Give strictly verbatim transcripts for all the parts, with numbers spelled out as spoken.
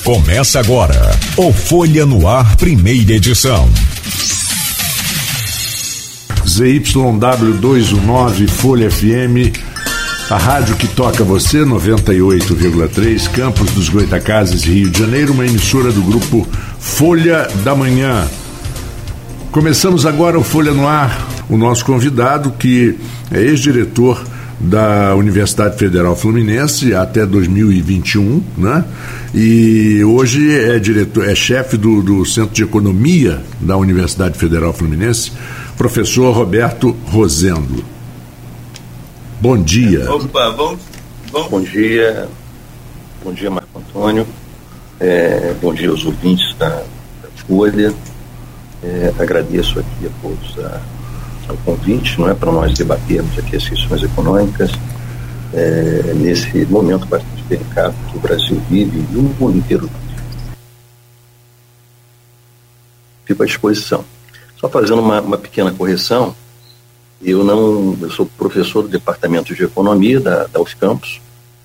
Começa agora o Folha no Ar, primeira edição. Z Y W duzentos e nove, Folha F M, a rádio que toca você, noventa e oito vírgula três, Campos dos Goitacazes, Rio de Janeiro, uma emissora do grupo Folha da Manhã. Começamos agora o Folha no Ar, o nosso convidado, que é ex-diretor da Universidade Federal Fluminense até dois mil e vinte e um, né? E hoje é diretor, é chefe do, do Centro de Economia da Universidade Federal Fluminense, professor Roberto Rosendo. Bom dia. Opa, vamos, vamos. Bom dia, bom dia, Marco Antônio, é, bom dia aos ouvintes da, da Folha. É, agradeço aqui a todos a o convite, não é, para nós debatermos aqui as questões econômicas é, nesse momento bastante delicado que o Brasil vive e o mundo inteiro. Fico à disposição. Só fazendo uma, uma pequena correção, eu não, eu sou professor do Departamento de Economia da, da U F Campus,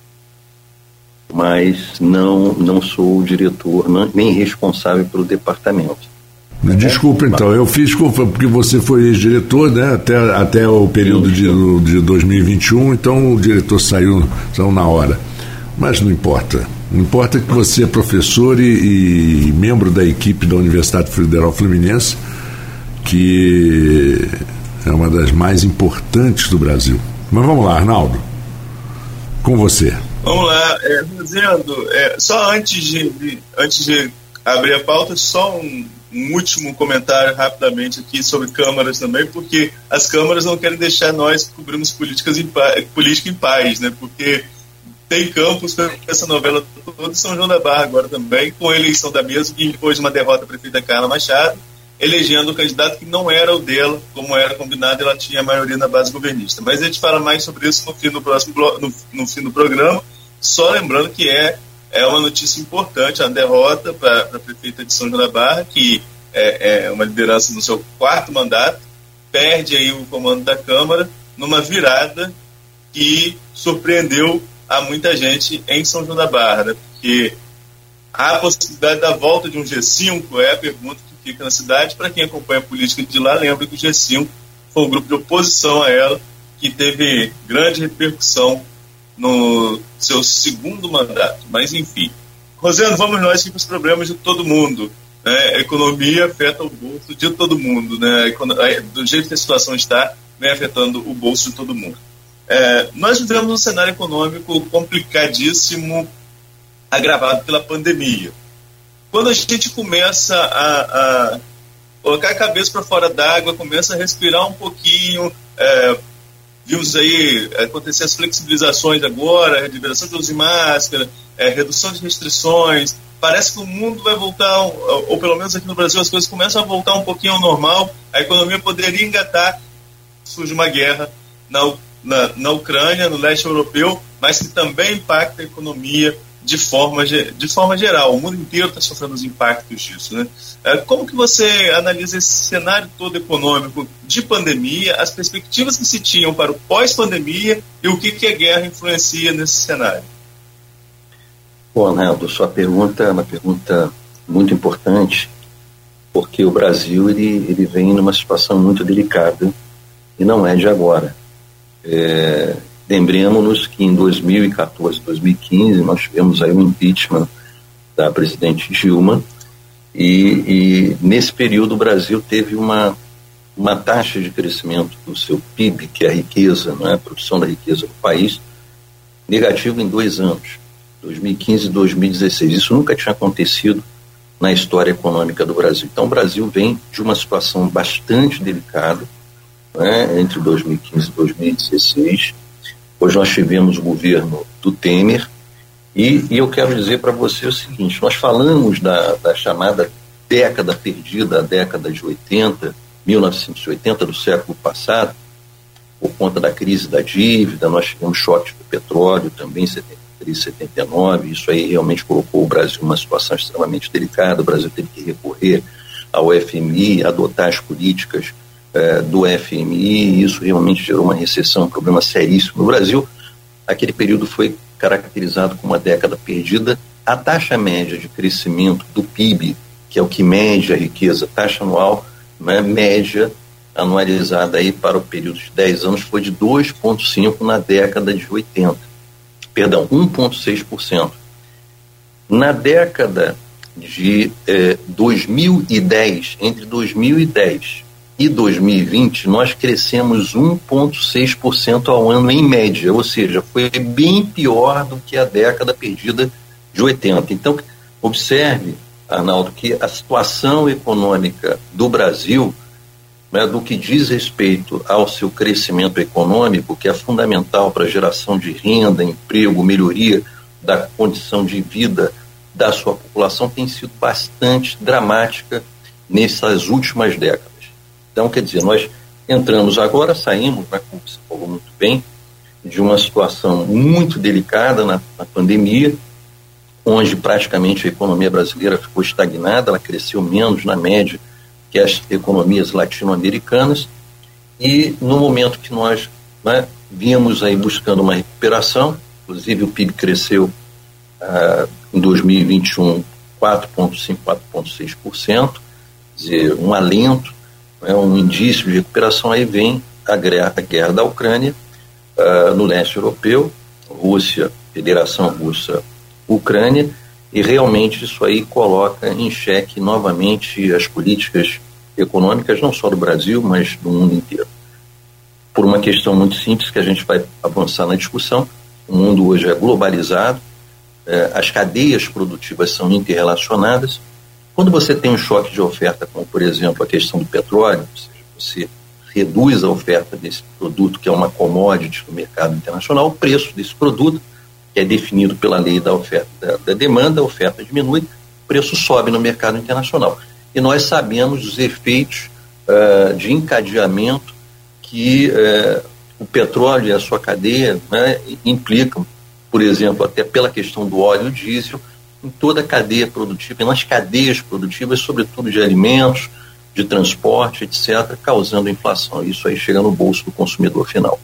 mas não, não sou o diretor, não, nem responsável pelo departamento. Desculpa, então, eu fiz desculpa porque você foi ex-diretor, né, até, até o período de, de dois mil e vinte e um, então o diretor saiu, saiu na hora. Mas não importa. Não importa que você é professor e, e membro da equipe da Universidade Federal Fluminense, que é uma das mais importantes do Brasil. Mas vamos lá, Arnaldo, com você. Vamos lá, é, Rosendo, é, só antes de, de, antes de abrir a pauta, só um Um último comentário rapidamente aqui sobre câmaras também, porque as câmaras não querem deixar nós que cobrimos políticas em pa- política em paz, né? Porque tem campos com essa novela toda em São João da Barra agora também, com a eleição da mesma, e depois de uma derrota da prefeita Carla Machado, elegendo um candidato que não era o dela, como era combinado, ela tinha a maioria na base governista. Mas a gente fala mais sobre isso no fim do, próximo, no, no fim do programa, só lembrando que é É uma notícia importante, a derrota para a prefeita de São João da Barra, que é, é uma liderança no seu quarto mandato, perde aí o comando da Câmara numa virada que surpreendeu a muita gente em São João da Barra, né? Porque a possibilidade da volta de um G cinco é a pergunta que fica na cidade. Para quem acompanha a política de lá, lembra que o G cinco foi um grupo de oposição a ela, que teve grande repercussão no seu segundo mandato, mas enfim. Rosendo, vamos nós aqui para os problemas de todo mundo, né? A economia afeta o bolso de todo mundo, né? Do jeito que a situação está, vem afetando o bolso de todo mundo. É, nós vivemos um cenário econômico complicadíssimo, agravado pela pandemia. Quando a gente começa a, a colocar a cabeça para fora d'água, começa a respirar um pouquinho, é, vimos aí acontecer as flexibilizações agora, liberação de uso de máscara, é, redução de restrições. Parece que o mundo vai voltar, ou, ou pelo menos aqui no Brasil, as coisas começam a voltar um pouquinho ao normal. A economia poderia engatar, surge uma guerra na, na, na Ucrânia, no leste europeu, mas que também impacta a economia de forma, de forma geral. O mundo inteiro está sofrendo os impactos disso, né? Como que você analisa esse cenário todo econômico de pandemia, as perspectivas que se tinham para o pós-pandemia e o que, que a guerra influencia nesse cenário? Bom, Arnaldo, sua pergunta é uma pergunta muito importante, porque o Brasil ele, ele vem numa situação muito delicada e não é de agora. É... Lembremos-nos que em dois mil e catorze, dois mil e quinze, nós tivemos aí um impeachment da presidente Dilma e, e nesse período o Brasil teve uma, uma taxa de crescimento do seu P I B, que é a riqueza, não é? A produção da riqueza do país, negativa em dois anos, dois mil e quinze e dois mil e dezesseis. Isso nunca tinha acontecido na história econômica do Brasil. Então o Brasil vem de uma situação bastante delicada, não é? Entre dois mil e quinze e dois mil e dezesseis. Hoje nós tivemos o governo do Temer e, e eu quero dizer para você o seguinte: nós falamos da, da chamada década perdida, a década de oitenta, mil novecentos e oitenta do século passado, por conta da crise da dívida. Nós tivemos choque do petróleo também em setenta e três, setenta e nove, isso aí realmente colocou o Brasil numa situação extremamente delicada. O Brasil teve que recorrer ao F M I, adotar as políticas do F M I, e isso realmente gerou uma recessão, um problema seríssimo no Brasil. Aquele período foi caracterizado como uma década perdida a taxa média de crescimento do P I B, que é o que mede a riqueza, taxa anual, né, média anualizada aí para o período de dez anos foi de dois vírgula cinco por cento na década de oitenta. Perdão, um vírgula seis por cento. Na década de eh, dois mil e dez, entre dois mil e dez e dois mil e vinte, nós crescemos um vírgula seis por cento ao ano em média, ou seja, foi bem pior do que a década perdida de oitenta. Então, observe, Arnaldo, que a situação econômica do Brasil, né, do que diz respeito ao seu crescimento econômico, que é fundamental para a geração de renda, emprego, melhoria da condição de vida da sua população, tem sido bastante dramática nessas últimas décadas. Então, quer dizer, nós entramos agora, saímos, né, como você falou muito bem, de uma situação muito delicada na, na pandemia, onde praticamente a economia brasileira ficou estagnada, ela cresceu menos na média que as economias latino-americanas, e no momento que nós, né, vínhamos aí buscando uma recuperação, inclusive o P I B cresceu ah, em dois mil e vinte e um quatro vírgula cinco, quatro vírgula seis por cento, quer dizer, um alento, né, um indício de recuperação. Aí vem a guerra, a guerra da Ucrânia ah, no leste europeu, Rússia, Federação Russa, Ucrânia, e realmente isso aí coloca em xeque novamente as políticas econômicas, não só do Brasil, mas do mundo inteiro. Por uma questão muito simples que a gente vai avançar na discussão, o mundo hoje é globalizado, eh, as cadeias produtivas são interrelacionadas. Quando você tem um choque de oferta, como por exemplo a questão do petróleo, ou seja, você reduz a oferta desse produto, que é uma commodity no mercado internacional, o preço desse produto, que é definido pela lei da oferta da, da demanda, a oferta diminui, o preço sobe no mercado internacional. E nós sabemos os efeitos uh, de encadeamento que uh, o petróleo e a sua cadeia, né, implicam, por exemplo, até pela questão do óleo diesel, em toda a cadeia produtiva, e nas cadeias produtivas, sobretudo de alimentos, de transporte, etcétera, causando inflação. Isso aí chega no bolso do consumidor final.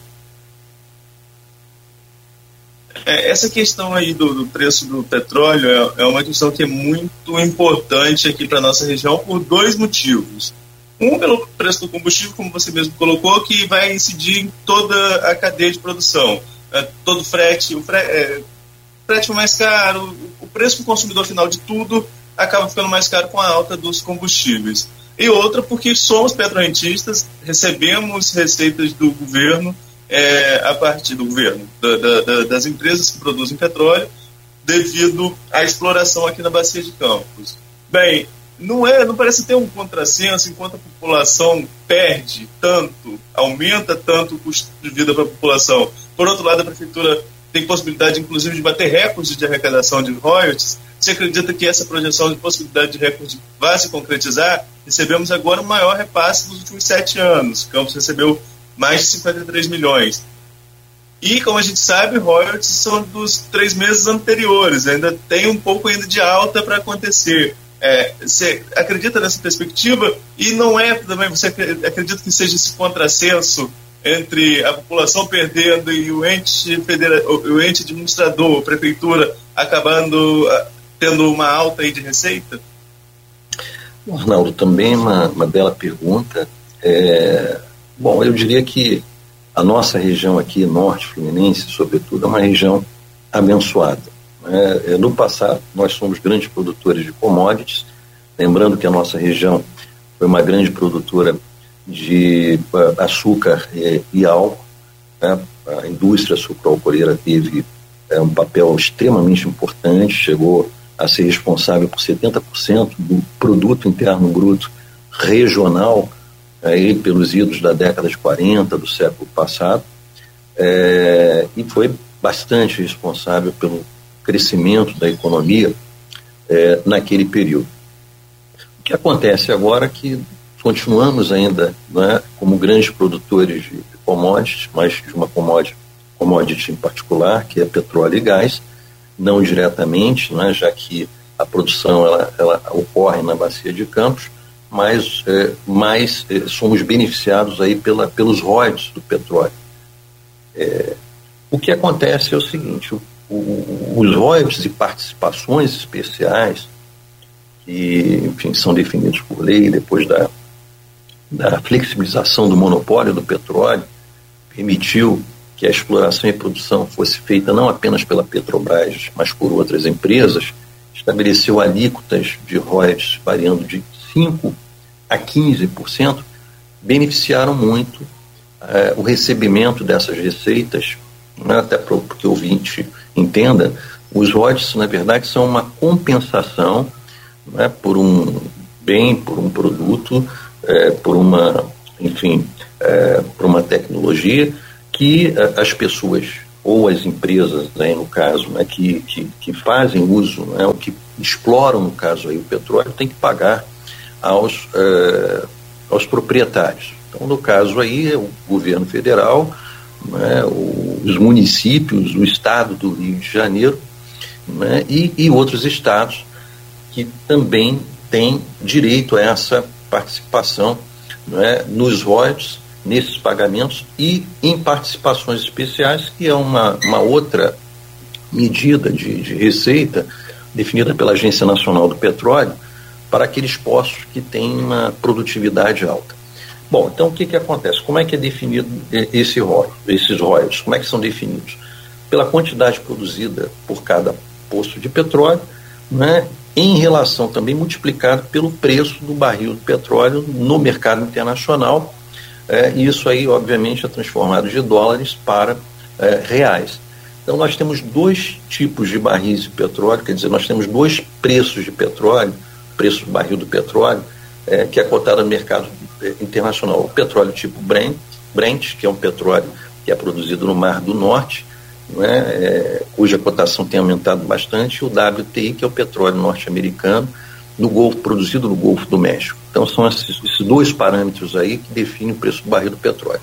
Essa questão aí do, do preço do petróleo é, é uma questão que é muito importante aqui para a nossa região por dois motivos. Um, pelo preço do combustível, como você mesmo colocou, que vai incidir em toda a cadeia de produção. É, todo frete, o frete, é, frete mais caro, o preço para o consumidor final de tudo acaba ficando mais caro com a alta dos combustíveis. E outra, porque somos petrorentistas, recebemos receitas do governo, É, a partir do governo, da, da, das empresas que produzem petróleo, devido à exploração aqui na Bacia de Campos. Bem, não, é, não parece ter um contrassenso enquanto a população perde tanto, aumenta tanto o custo de vida para a população. Por outro lado, a prefeitura tem possibilidade, inclusive, de bater recordes de arrecadação de royalties. Você acredita que essa projeção de possibilidade de recorde vai se concretizar? Recebemos agora o maior repasse dos últimos sete anos. Campos recebeu mais de cinquenta e três milhões. E, como a gente sabe, royalties são dos três meses anteriores, ainda tem um pouco ainda de alta para acontecer. É, você acredita nessa perspectiva? E não é também, você acredita que seja esse contrassenso entre a população perdendo e o ente, federa, o ente administrador, a prefeitura, acabando tendo uma alta aí de receita? Arnaldo, também uma, uma bela pergunta. É... Bom, eu diria que a nossa região aqui, Norte Fluminense, sobretudo, é uma região abençoada. Né? No passado, nós somos grandes produtores de commodities, lembrando que a nossa região foi uma grande produtora de uh, açúcar e, e álcool. Né? A indústria sucroalcooleira teve é, um papel extremamente importante, chegou a ser responsável por setenta por cento do produto interno bruto regional, aí pelos idos da década de quarenta do século passado, é, e foi bastante responsável pelo crescimento da economia é, naquele período. O que acontece agora é que continuamos ainda, né, como grandes produtores de commodities, mas de uma commodity, commodity em particular, que é petróleo e gás, não diretamente, né, já que a produção ela, ela ocorre na Bacia de Campos, mas é, mais é, somos beneficiados aí pela, pelos royalties do petróleo. É, o que acontece é o seguinte, o, o, os royalties e participações especiais, que, enfim, são definidos por lei depois da, da flexibilização do monopólio do petróleo, permitiu que a exploração e produção fosse feita não apenas pela Petrobras, mas por outras empresas, estabeleceu alíquotas de royalties variando de cinco por cento a quinze por cento, beneficiaram muito eh, o recebimento dessas receitas, né, até para que o ouvinte entenda, os royalties, na verdade, são uma compensação, né, por um bem, por um produto, eh, por uma, enfim, eh, por uma tecnologia que eh, as pessoas ou as empresas, né, no caso, né, que, que, que fazem uso, né, ou que exploram, no caso aí, o petróleo, tem que pagar aos, uh, aos proprietários. Então, no caso aí, o governo federal, né, os municípios, o estado do Rio de Janeiro, né, e, e outros estados que também têm direito a essa participação, né, nos royalties, nesses pagamentos e em participações especiais, que é uma, uma outra medida de, de receita definida pela Agência Nacional do Petróleo para aqueles postos que têm uma produtividade alta. Bom, então o que, que acontece? Como é que é definido esse royalties, esses royalties? Como é que são definidos? Pela quantidade produzida por cada posto de petróleo, né, em relação também multiplicado pelo preço do barril de petróleo no mercado internacional. É, e isso aí, obviamente, é transformado de dólares para é, reais. Então, nós temos dois tipos de barris de petróleo, quer dizer, nós temos dois preços de petróleo, preço do barril do petróleo, é, que é cotado no mercado internacional. O petróleo tipo Brent, Brent, que é um petróleo que é produzido no Mar do Norte, né, é, cuja cotação tem aumentado bastante, e o W T I, que é o petróleo norte-americano, no Golfo, produzido no Golfo do México. Então são esses, esses dois parâmetros aí que definem o preço do barril do petróleo.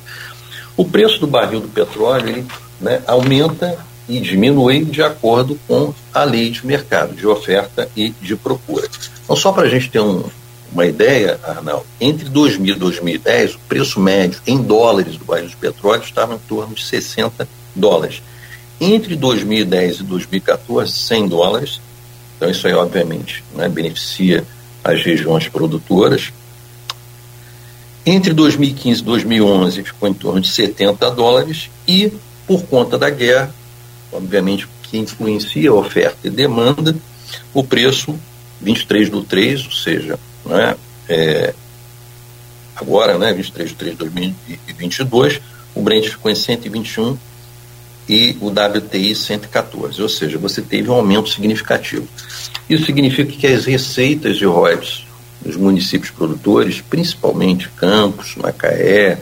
O preço do barril do petróleo, ele, né, aumenta e diminui de acordo com a lei de mercado, de oferta e de procura. Então, só para a gente ter um, uma ideia, Arnaldo, entre dois mil e dois mil e dez, o preço médio em dólares do barril de petróleo estava em torno de sessenta dólares. Entre dois mil e dez e dois mil e quatorze, cem dólares. Então isso aí, obviamente, né, beneficia as regiões produtoras. Entre dois mil e quinze e dois mil e onze ficou em torno de setenta dólares e, por conta da guerra, obviamente que influencia a oferta e demanda, o preço vinte e três do três, ou seja, né, é, agora, né, vinte e três de três de dois mil e vinte e dois, o Brent ficou em cento e vinte e um e o W T I cento e quatorze, ou seja, você teve um aumento significativo. Isso significa que as receitas de royalties dos municípios produtores, principalmente Campos, Macaé,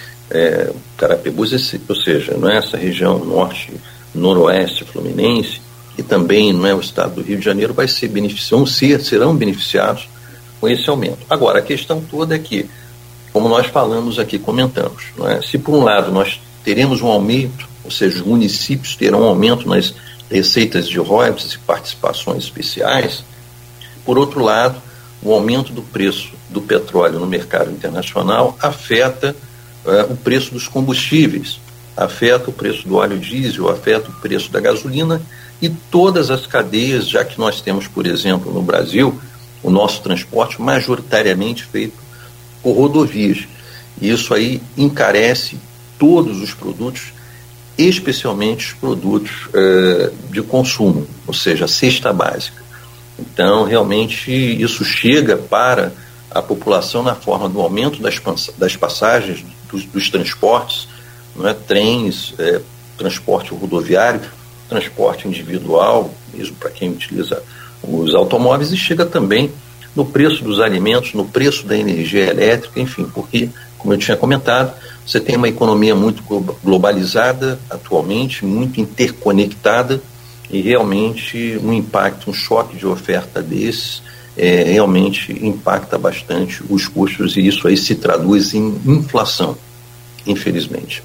é, Carapebus, esse, ou seja, não é essa região norte, noroeste fluminense, e também não é o estado do Rio de Janeiro, vai ser beneficiam, ser, serão beneficiados com esse aumento. Agora, a questão toda é que, como nós falamos aqui, comentamos, não é? Se por um lado nós teremos um aumento, ou seja, os municípios terão um aumento nas receitas de royalties e participações especiais, por outro lado, o aumento do preço do petróleo no mercado internacional afeta uh, o preço dos combustíveis, afeta o preço do óleo diesel, afeta o preço da gasolina e todas as cadeias, já que nós temos, por exemplo, no Brasil, o nosso transporte majoritariamente feito por rodovias. E isso aí encarece todos os produtos, especialmente os produtos uh, de consumo, ou seja, a cesta básica. Então, realmente, isso chega para a população na forma do aumento das, das passagens, dos, dos transportes, não é? Trens, é, transporte rodoviário, transporte individual, mesmo para quem utiliza os automóveis, e chega também no preço dos alimentos, no preço da energia elétrica, enfim, porque, como eu tinha comentado, você tem uma economia muito globalizada atualmente, muito interconectada, e realmente um impacto, um choque de oferta desses, é, realmente impacta bastante os custos, e isso aí se traduz em inflação, infelizmente.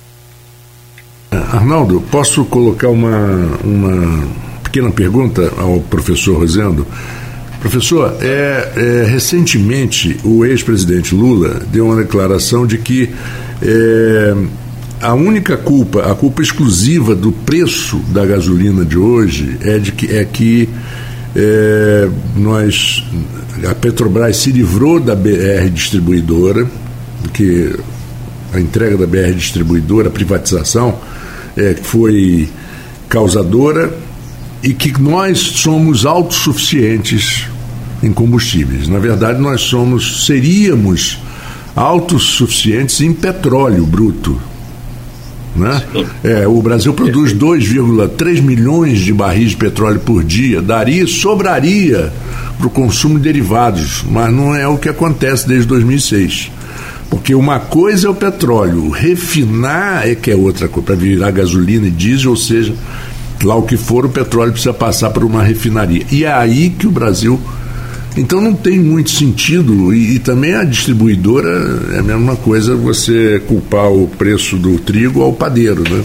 Arnaldo, posso colocar uma, uma pequena pergunta ao professor Rosendo? Professor, é, é, recentemente o ex-presidente Lula deu uma declaração de que é, a única culpa, a culpa exclusiva do preço da gasolina de hoje é, de que, é que é, nós, a Petrobras se livrou da B R Distribuidora, que a entrega da B R Distribuidora, a privatização, é, foi causadora, e que nós somos autossuficientes em combustíveis. Na verdade, nós somos, seríamos autossuficientes em petróleo bruto, né? É, o Brasil produz dois vírgula três milhões de barris de petróleo por dia, daria, sobraria para o consumo de derivados, mas não é o que acontece desde dois mil e seis. Porque uma coisa é o petróleo, refinar é que é outra coisa, para virar gasolina e diesel, ou seja, lá o que for, o petróleo precisa passar por uma refinaria. E é aí que o Brasil... Então não tem muito sentido, e, e também a distribuidora é a mesma coisa você culpar o preço do trigo ao padeiro, né?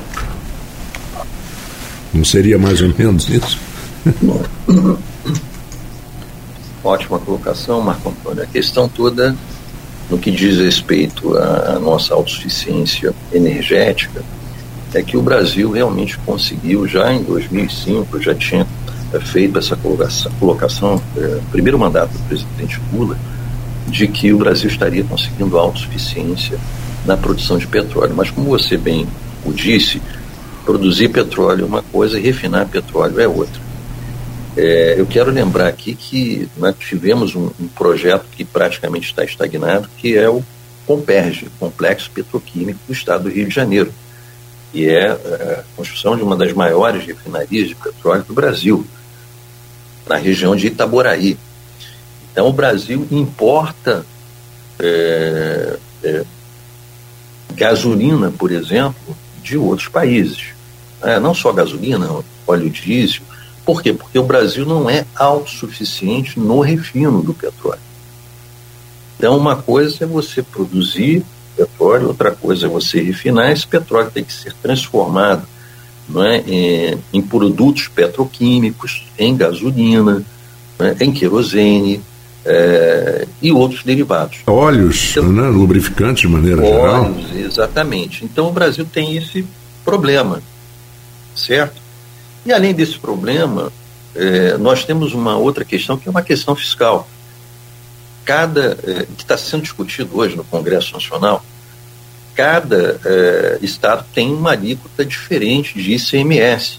Não seria mais ou menos isso? Ótima colocação, Marco Antônio. A questão toda, no que diz respeito à nossa autossuficiência energética, é que o Brasil realmente conseguiu, já em dois mil e cinco, já tinha feito essa colocação, colocação é, primeiro mandato do presidente Lula, de que o Brasil estaria conseguindo autossuficiência na produção de petróleo. Mas, como você bem o disse, produzir petróleo é uma coisa e refinar petróleo é outra. É, eu quero lembrar aqui que nós tivemos um, um projeto que praticamente está estagnado, que é o Comperj, Complexo Petroquímico do Estado do Rio de Janeiro, e é a construção de uma das maiores refinarias de petróleo do Brasil, na região de Itaboraí. Então o Brasil importa é, é, gasolina, por exemplo, de outros países. É, não só gasolina, óleo diesel. Por quê? Porque o Brasil não é autossuficiente no refino do petróleo. Então uma coisa é você produzir petróleo, outra coisa é você refinar. Esse petróleo tem que ser transformado, não é, em, em produtos petroquímicos, em gasolina, não é, em querosene é, e outros derivados. Óleos, então, né, lubrificantes de maneira óleos, geral. Óleos, exatamente. Então o Brasil tem esse problema, certo? E além desse problema, é, nós temos uma outra questão, que é uma questão fiscal. Cada, é, que está sendo discutido hoje no Congresso Nacional, cada é, estado tem uma alíquota diferente de I C M S.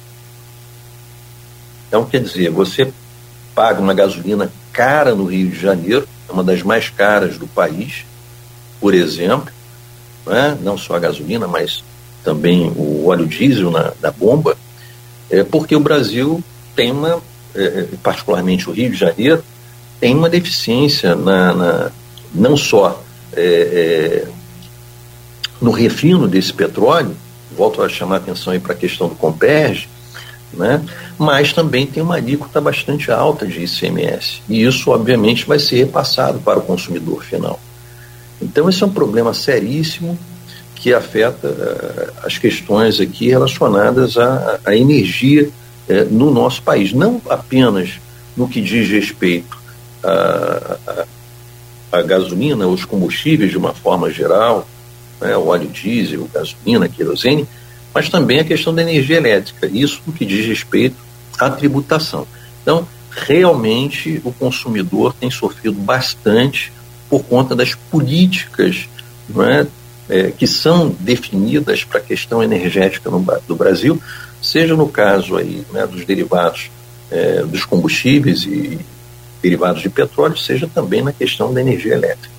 Então, quer dizer, você paga uma gasolina cara no Rio de Janeiro, é uma das mais caras do país, por exemplo, não é? Não só a gasolina, mas também o óleo diesel na, da bomba, é porque o Brasil tem uma, é, particularmente o Rio de Janeiro, tem uma deficiência na, na, não só é, é, no refino desse petróleo, volto a chamar a atenção aí para a questão do Comperj, né, mas também tem uma alíquota bastante alta de I C M S, e isso obviamente vai ser repassado para o consumidor final. Então esse é um problema seríssimo que afeta uh, as questões aqui relacionadas à, à energia uh, no nosso país, não apenas no que diz respeito à, à, à gasolina, os combustíveis de uma forma geral, né, o óleo diesel, gasolina, querosene, mas também a questão da energia elétrica, isso no que diz respeito à tributação. Então, realmente, o consumidor tem sofrido bastante por conta das políticas, não é, é, que são definidas para a questão energética no, do Brasil, seja no caso aí, né, dos derivados é, dos combustíveis e derivados de petróleo, seja também na questão da energia elétrica.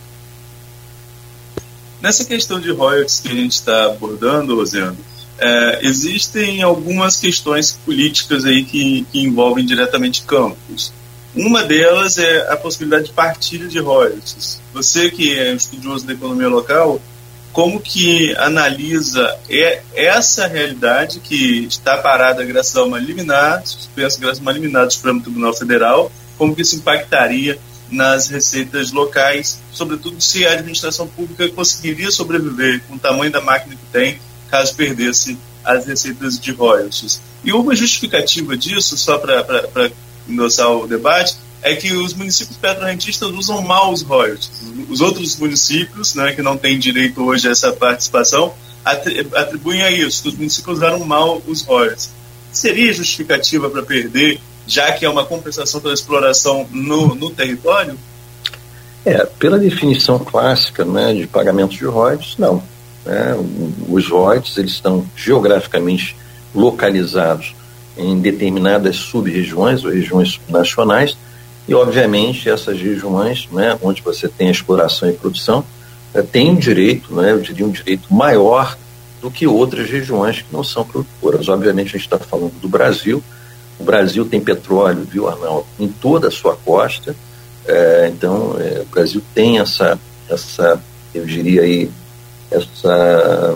Nessa questão de royalties que a gente está abordando, Rosendo, é, existem algumas questões políticas aí que, que envolvem diretamente campos. Uma delas é a possibilidade de partilha de royalties. Você que é estudioso da economia local, como que analisa essa realidade que está parada graças a uma liminar, suspensa graças a uma liminar do Supremo Tribunal Federal, como que isso impactaria nas receitas locais, sobretudo se a administração pública conseguiria sobreviver com o tamanho da máquina que tem, caso perdesse as receitas de royalties. E uma justificativa disso, só para endossar o debate, é que os municípios petrorrentistas usam mal os royalties. Os outros municípios, né, que não têm direito hoje a essa participação, atribuem a isso, que os municípios usaram mal os royalties. Seria justificativa para perder, já que é uma compensação pela exploração no, no território? É, pela definição clássica, né, de pagamento de royalties, não. Né? Os royalties, eles estão geograficamente localizados em determinadas sub-regiões ou regiões subnacionais, e obviamente essas regiões, né, onde você tem a exploração e produção, é, tem um direito, né, eu diria um direito maior do que outras regiões que não são produtoras. Obviamente a gente está falando do Brasil. O Brasil tem petróleo, viu, Arnaldo, em toda a sua costa. É, então, é, o Brasil tem essa, essa, eu diria aí, essa,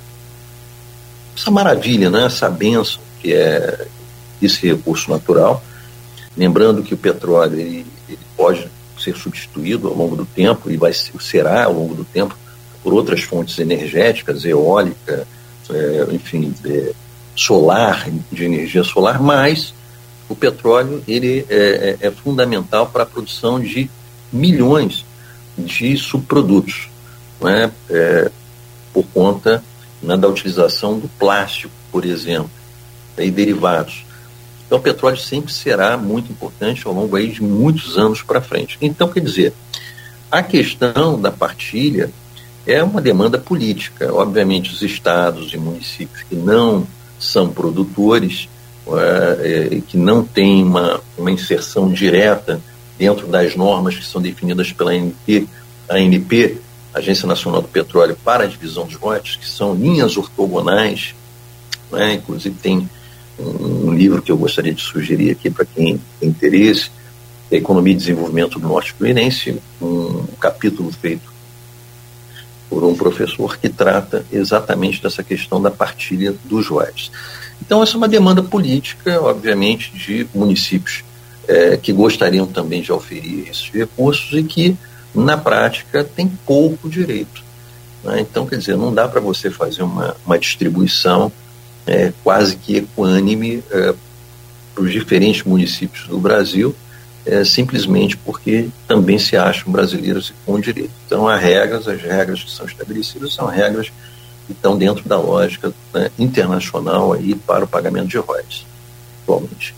essa maravilha, né? Essa bênção que é esse recurso natural. Lembrando que o petróleo ele, ele pode ser substituído ao longo do tempo, e vai ser, será ao longo do tempo, por outras fontes energéticas, eólica, é, enfim, é, solar, de energia solar, mas o petróleo ele é, é, é fundamental para a produção de milhões de subprodutos, não é? É, por conta, né, da utilização do plástico, por exemplo, e derivados. Então o petróleo sempre será muito importante ao longo aí de muitos anos para frente. Então, quer dizer, a questão da partilha é uma demanda política. Obviamente os estados e municípios que não são produtores, é, é, que não têm uma, uma inserção direta dentro das normas que são definidas pela A N P, a ANP, Agência Nacional do Petróleo, para a divisão dos royalties, que são linhas ortogonais, né? Inclusive tem um, um livro que eu gostaria de sugerir aqui para quem tem interesse, é Economia e Desenvolvimento do Norte Fluminense, um capítulo feito por um professor que trata exatamente dessa questão da partilha dos royalties. Então essa é uma demanda política, obviamente, de municípios é, que gostariam também de oferir esses recursos e que, na prática, tem pouco direito. Né? Então, quer dizer, não dá para você fazer uma, uma distribuição é, quase que equânime é, para os diferentes municípios do Brasil, É, simplesmente porque também se acham brasileiros com direito. Então, há regras, as regras que são estabelecidas são regras que estão dentro da lógica, né, internacional aí para o pagamento de royalties, atualmente.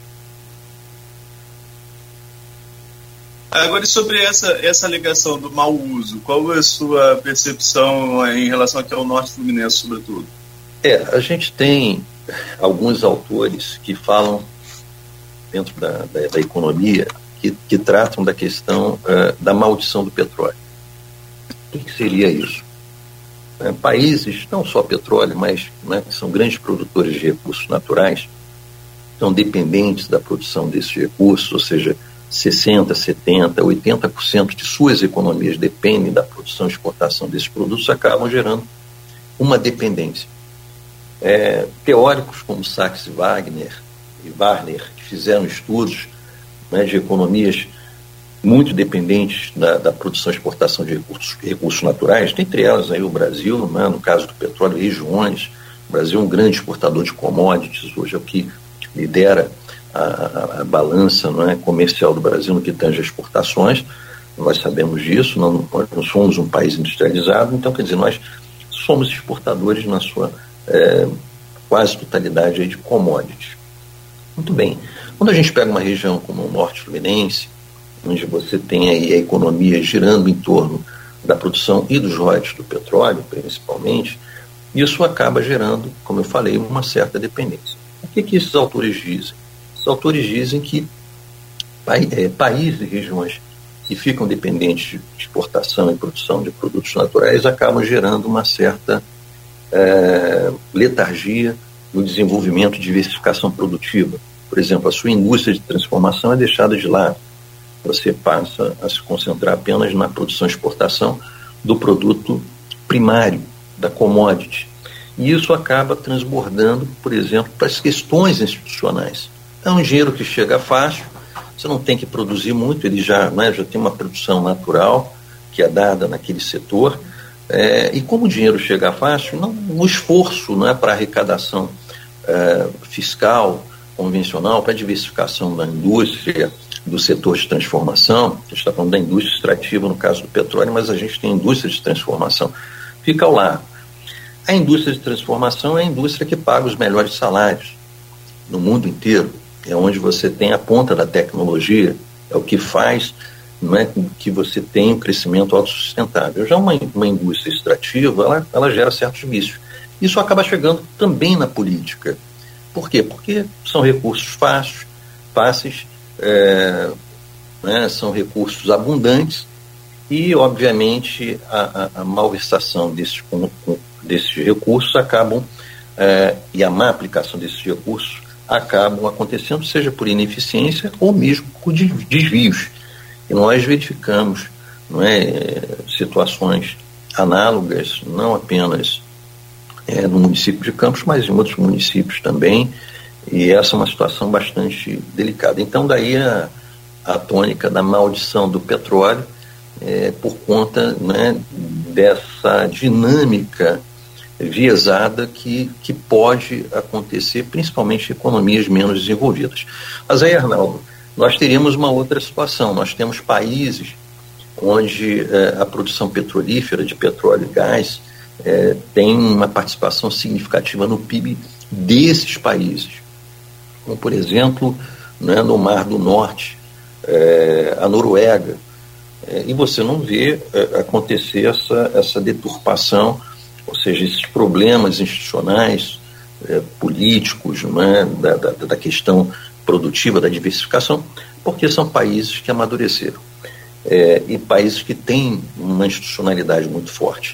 Agora, sobre essa, essa alegação do mau uso, qual é a sua percepção em relação aqui ao Norte Fluminense, sobretudo? É, a gente tem alguns autores que falam dentro da, da, da economia Que, que tratam da questão uh, da maldição do petróleo. O que, que seria isso? É, países, não só petróleo, mas, né, que são grandes produtores de recursos naturais, são dependentes da produção desses recursos, ou seja, sessenta por cento, setenta por cento, oitenta por cento de suas economias dependem da produção e exportação desses produtos, acabam gerando uma dependência. É, teóricos como Sachs e Wagner e Warner, que fizeram estudos, né, de economias muito dependentes da, da produção e exportação de recursos, recursos naturais, entre elas aí o Brasil, né, no caso do petróleo, regiões. O Brasil é um grande exportador de commodities, hoje é o que lidera a, a, a balança, não é, comercial do Brasil no que tange às exportações. Nós sabemos disso, não, não somos um país industrializado, então, quer dizer, nós somos exportadores na sua é, quase totalidade aí de commodities. Muito bem. Quando a gente pega uma região como o Norte Fluminense, onde você tem aí a economia girando em torno da produção e dos royalties do petróleo, principalmente, isso acaba gerando, como eu falei, uma certa dependência. O que, que esses autores dizem? Esses autores dizem que é, países e regiões que ficam dependentes de exportação e produção de produtos naturais acabam gerando uma certa é, letargia no desenvolvimento e diversificação produtiva. Por exemplo, a sua indústria de transformação é deixada de lado. Você passa a se concentrar apenas na produção e exportação do produto primário, da commodity. E isso acaba transbordando, por exemplo, para as questões institucionais. É um dinheiro que chega fácil, você não tem que produzir muito, ele já, né, já tem uma produção natural que é dada naquele setor. É, e como o dinheiro chega fácil, não, o esforço, não é, para arrecadação é, fiscal, convencional, para a diversificação da indústria, do setor de transformação, a gente está falando da indústria extrativa no caso do petróleo, mas a gente tem indústria de transformação, fica ao lado. A indústria de transformação é a indústria que paga os melhores salários no mundo inteiro. É onde você tem a ponta da tecnologia, é o que faz, não é, que você tenha um crescimento autossustentável. Já uma, uma indústria extrativa, ela, ela gera certos vícios. Isso acaba chegando também na política. Por quê? Porque são recursos fáceis, fáceis é, né, são recursos abundantes e, obviamente, a, a, a malversação desses, com, com, desses recursos acabam, é, e a má aplicação desses recursos acabam acontecendo, seja por ineficiência ou mesmo por desvios. E nós verificamos, não é, situações análogas, não apenas é, no município de Campos, mas em outros municípios também, e essa é uma situação bastante delicada. Então, daí a, a tônica da maldição do petróleo, é, por conta, né, dessa dinâmica viesada que, que pode acontecer, principalmente em economias menos desenvolvidas. Mas aí, Arnaldo, nós teríamos uma outra situação. Nós temos países onde eh, a produção petrolífera, de petróleo e gás, eh, tem uma participação significativa no P I B desses países. Como, por exemplo, né, no Mar do Norte, eh, a Noruega. Eh, e você não vê eh, acontecer essa, essa deturpação, ou seja, esses problemas institucionais, eh, políticos, né, da, da, da questão produtiva, da diversificação, porque são países que amadureceram é, e países que têm uma institucionalidade muito forte.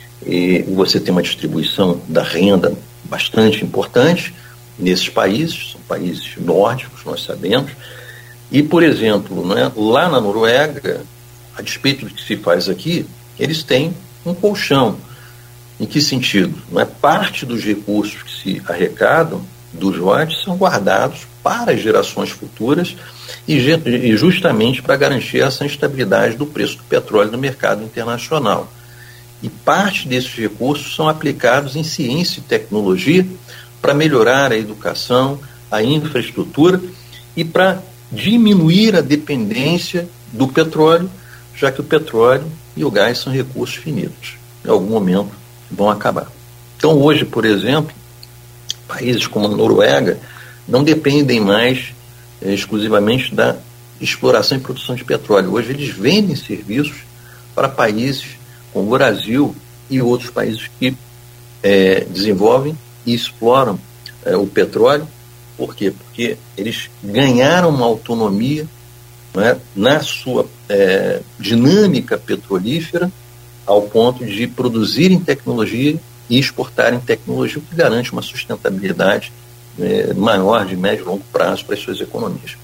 E você tem uma distribuição da renda bastante importante nesses países, são países nórdicos, nós sabemos, e, por exemplo, né, lá na Noruega, a despeito do que se faz aqui, eles têm um colchão. Em que sentido? Não é? Parte dos recursos que se arrecadam dos royalties são guardados para gerações futuras e, e justamente para garantir essa estabilidade do preço do petróleo no mercado internacional. E parte desses recursos são aplicados em ciência e tecnologia para melhorar a educação, a infraestrutura e para diminuir a dependência do petróleo, já que o petróleo e o gás são recursos finitos. Em algum momento vão acabar. Então, hoje, por exemplo, países como a Noruega não dependem mais eh, exclusivamente da exploração e produção de petróleo. Hoje eles vendem serviços para países como o Brasil e outros países que eh, desenvolvem e exploram eh, o petróleo. Por quê? Porque eles ganharam uma autonomia, né, na sua eh, dinâmica petrolífera, ao ponto de produzirem tecnologia e exportarem tecnologia, o que garante uma sustentabilidade é, maior, de médio e longo prazo para as suas economias.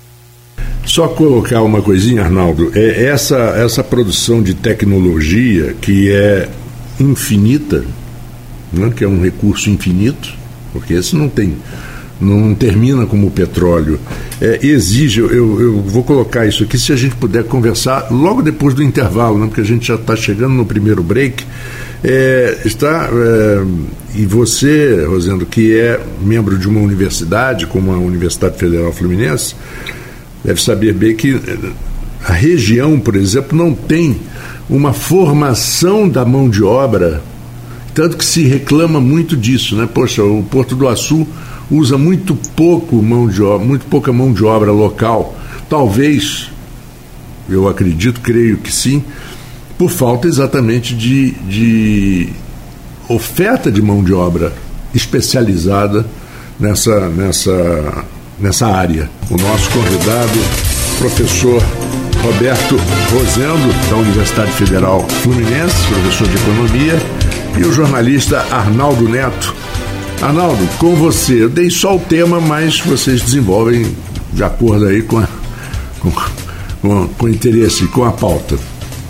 Só colocar uma coisinha, Arnaldo, é essa, essa produção de tecnologia que é infinita, né, que é um recurso infinito, porque esse não tem, não termina como o petróleo, é, exige, eu, eu vou colocar isso aqui, se a gente puder conversar logo depois do intervalo, né, porque a gente já está chegando no primeiro break. É, está, é, e você, Rosendo, que é membro de uma universidade, como a Universidade Federal Fluminense, deve saber bem que a região, por exemplo, não tem uma formação da mão de obra, tanto que se reclama muito disso, né? Poxa, o Porto do Açu usa muito pouco mão de obra, muito pouca mão de obra local. Talvez, eu acredito, creio que sim, por falta exatamente de, de oferta de mão de obra especializada nessa, nessa, nessa área. O nosso convidado, professor Roberto Rosendo, da Universidade Federal Fluminense, professor de Economia, e o jornalista Arnaldo Neto. Arnaldo, com você, eu dei só o tema, mas vocês desenvolvem de acordo aí com, a, com, com, com interesse, com a pauta.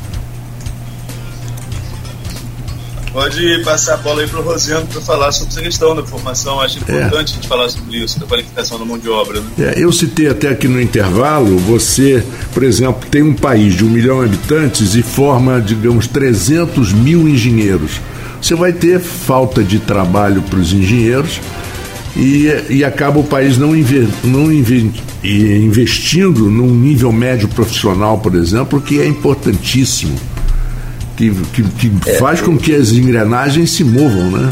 Pode passar a bola aí para o Rosendo para falar sobre essa questão da formação. Acho importante é. a gente falar sobre isso, da qualificação da mão de obra. Né? É, eu citei até aqui no intervalo, você, por exemplo, tem um país de um milhão de habitantes e forma, digamos, trezentos mil engenheiros. Você vai ter falta de trabalho para os engenheiros e, e acaba o país não, inve, não inve, investindo num nível médio profissional, por exemplo, que é importantíssimo. que, que, que é, faz com que as engrenagens se movam, né?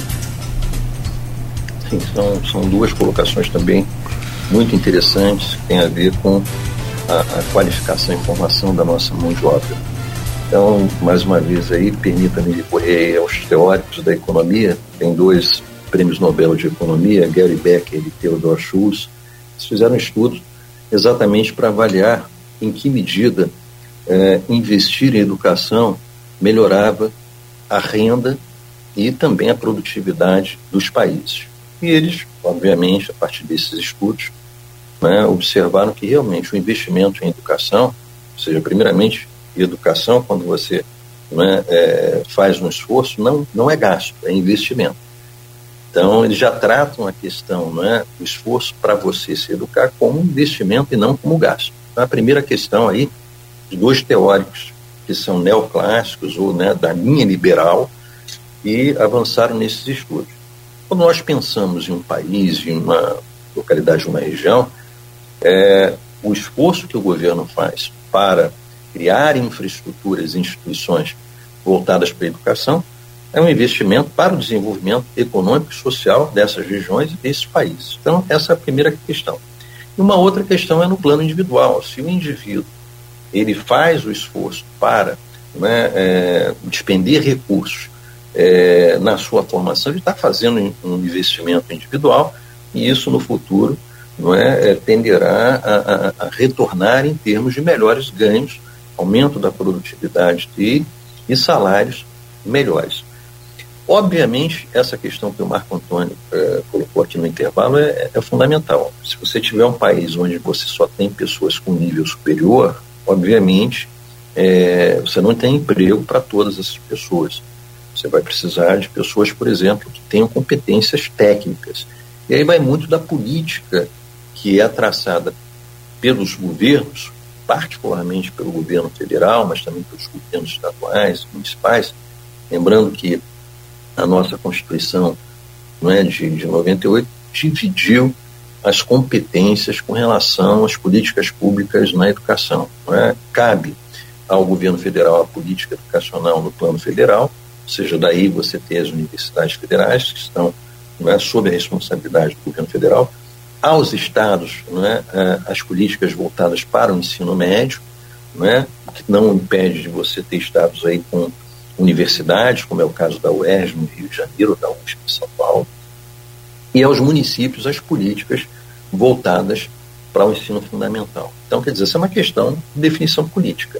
Sim, são, são duas colocações também muito interessantes, que tem a ver com a, a qualificação e formação da nossa mão de obra. Então, mais uma vez aí, permita-me recorrer aos teóricos da economia. Tem dois prêmios Nobel de Economia, Gary Becker e Theodore Schultz. Eles fizeram estudos exatamente para avaliar em que medida eh, investir em educação melhorava a renda e também a produtividade dos países. E eles, obviamente, a partir desses estudos, né, observaram que realmente o investimento em educação, ou seja, primeiramente, educação, quando você né, é, faz um esforço, não, não é gasto, é investimento. Então, eles já tratam a questão, né, do esforço para você se educar como investimento e não como gasto. Então, a primeira questão aí, de dois teóricos que são neoclássicos ou né, da linha liberal e avançaram nesses estudos. Quando nós pensamos em um país, em uma localidade, uma região, é, o esforço que o governo faz para criar infraestruturas e instituições voltadas para a educação é um investimento para o desenvolvimento econômico e social dessas regiões e desses países. Então, essa é a primeira questão. E uma outra questão é no plano individual. Se o indivíduo ele faz o esforço para né, é, despender recursos é, na sua formação, ele está fazendo um investimento individual e isso no futuro não é, é, tenderá a, a, a retornar em termos de melhores ganhos, aumento da produtividade e, e salários melhores. Obviamente, essa questão que o Marco Antônio é, colocou aqui no intervalo é, é fundamental. Se você tiver um país onde você só tem pessoas com nível superior, obviamente, é, você não tem emprego para todas essas pessoas. Você vai precisar de pessoas, por exemplo, que tenham competências técnicas. E aí vai muito da política que é traçada pelos governos, particularmente pelo governo federal, mas também pelos governos estaduais, municipais. Lembrando que a nossa Constituição não é, de, de noventa e oito dividiu as competências com relação às políticas públicas na educação. Não é? Cabe ao governo federal a política educacional no plano federal, ou seja, daí você tem as universidades federais que estão não é, sob a responsabilidade do governo federal, aos estados não é, as políticas voltadas para o ensino médio, não é, o que não impede de você ter estados aí com universidades, como é o caso da U E R J no Rio de Janeiro, da U S P em São Paulo, e aos municípios as políticas voltadas para o ensino fundamental. Então, quer dizer, essa é uma questão de definição política.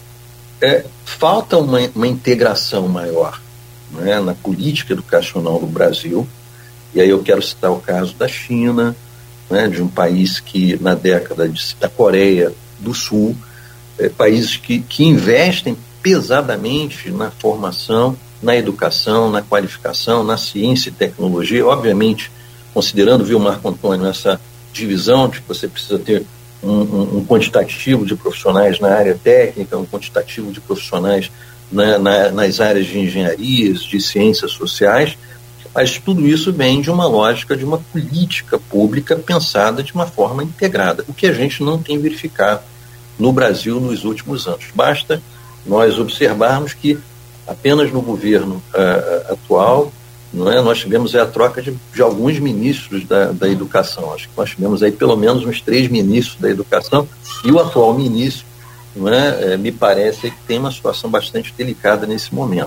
É, falta uma, uma integração maior não é, na política educacional do Brasil, e aí eu quero citar o caso da China, né, de um país que na década de, da Coreia do Sul, é, países que, que investem pesadamente na formação, na educação, na qualificação, na ciência e tecnologia, obviamente considerando, viu, Marco Antônio, essa divisão de que você precisa ter um, um, um quantitativo de profissionais na área técnica, um quantitativo de profissionais na, na, nas áreas de engenharias, de ciências sociais, mas tudo isso vem de uma lógica de uma política pública pensada de uma forma integrada, o que a gente não tem verificado no Brasil nos últimos anos. Basta nós observarmos que apenas no governo uh, atual não é, nós tivemos a troca de, de alguns ministros da, da educação. Acho que nós tivemos aí pelo menos uns três ministros da educação e o atual ministro não é, é, me parece que tem uma situação bastante delicada nesse momento.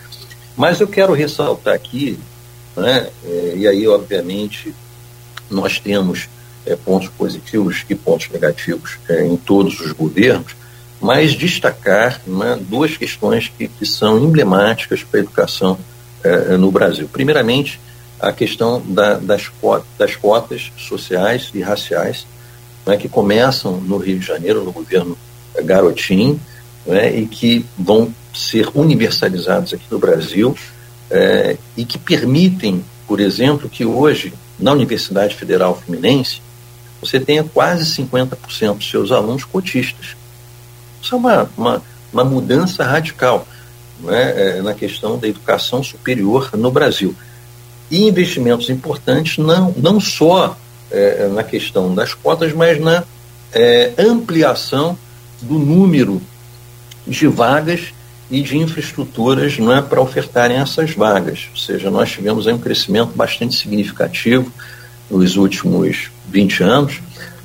Mas eu quero ressaltar aqui né? É, e aí, obviamente, nós temos é, pontos positivos e pontos negativos é, em todos os governos, mas destacar né, duas questões que, que são emblemáticas para a educação é, no Brasil. Primeiramente, a questão da, das, cotas, das cotas sociais e raciais, né, que começam no Rio de Janeiro, no governo Garotinho, né, e que vão ser universalizados aqui no Brasil, É, e que permitem, por exemplo, que hoje, na Universidade Federal Fluminense, você tenha quase cinquenta por cento dos seus alunos cotistas. Isso é uma, uma, uma mudança radical não é, é, na questão da educação superior no Brasil. E investimentos importantes não, não só é, na questão das cotas, mas na é, ampliação do número de vagas e de infraestruturas, não é, para ofertarem essas vagas. Ou seja, nós tivemos aí um crescimento bastante significativo nos últimos vinte anos,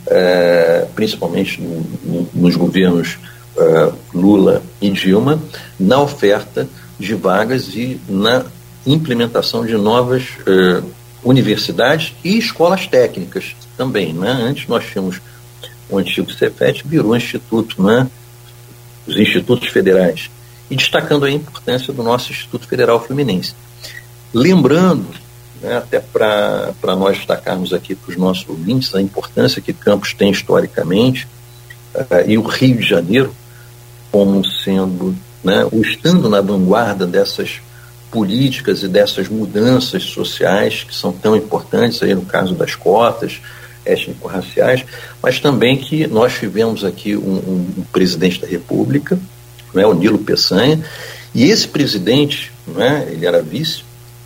é, principalmente no, no, nos governos é, Lula e Dilma, na oferta de vagas e na implementação de novas é, universidades e escolas técnicas também. Né? Antes nós tínhamos o antigo Cefet, virou Instituto, né? Os institutos federais, e destacando a importância do nosso Instituto Federal Fluminense. Lembrando, né, até para nós destacarmos aqui para os nossos ouvintes, a importância que Campos tem historicamente, uh, e o Rio de Janeiro como sendo, né, o estando na vanguarda dessas políticas e dessas mudanças sociais que são tão importantes, aí no caso das cotas étnico-raciais, mas também que nós tivemos aqui um, um, um presidente da República, né, o Nilo Peçanha, e esse presidente, né, ele era vice,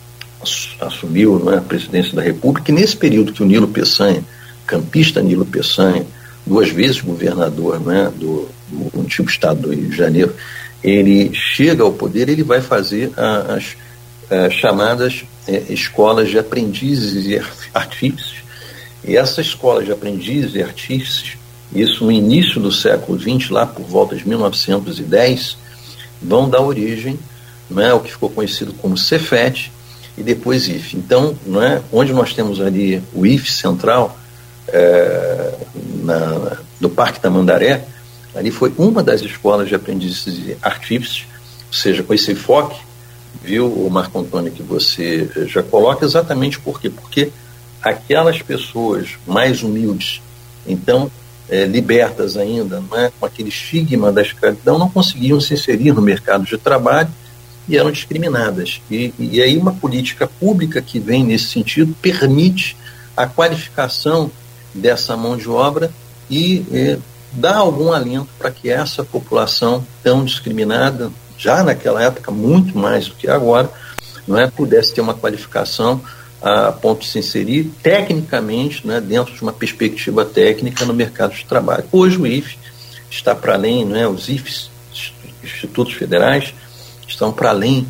assumiu, né, a presidência da República, e nesse período que o Nilo Peçanha, campista Nilo Peçanha, duas vezes governador, né, do, do antigo estado do Rio de Janeiro, ele chega ao poder, ele vai fazer a, as, as chamadas é, escolas de aprendizes e artífices. E essas escolas de aprendizes e artífices, isso no início do século vinte, lá por volta de mil novecentos e dez, vão dar origem, né, ao que ficou conhecido como Cefet e depois I F. Então, né, onde nós temos ali o I F Central, é, na, do Parque Tamandaré, ali foi uma das escolas de aprendizes e artífices, ou seja, com esse enfoque, viu, o Marco Antônio, que você já coloca, exatamente por quê? Porque aquelas pessoas mais humildes, então, é, libertas ainda, não é, com aquele estigma da escravidão, não conseguiam se inserir no mercado de trabalho e eram discriminadas. E, e aí uma política pública que vem nesse sentido permite a qualificação dessa mão de obra e é, dá algum alento para que essa população tão discriminada, já naquela época muito mais do que agora, não é, pudesse ter uma qualificação a ponto de se inserir tecnicamente, né, dentro de uma perspectiva técnica no mercado de trabalho. Hoje o I F está para além, né, os I Fs, institutos federais, estão para além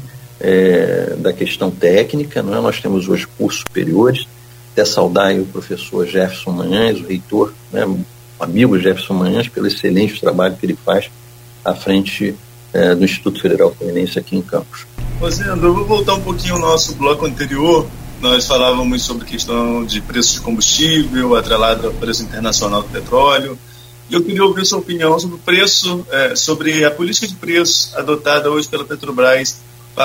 é, da questão técnica, não é? Nós temos hoje cursos superiores, até saudar aí o professor Jefferson Manhães, o reitor, né, o amigo Jefferson Manhães, pelo excelente trabalho que ele faz à frente é, do Instituto Federal Fluminense aqui em Campos. Rosendo, eu vou voltar um pouquinho ao nosso bloco anterior. Nós falávamos sobre questão de preço de combustível, atrelado ao preço internacional do petróleo. E eu queria ouvir sua opinião sobre o preço, é, sobre a política de preço adotada hoje pela Petrobras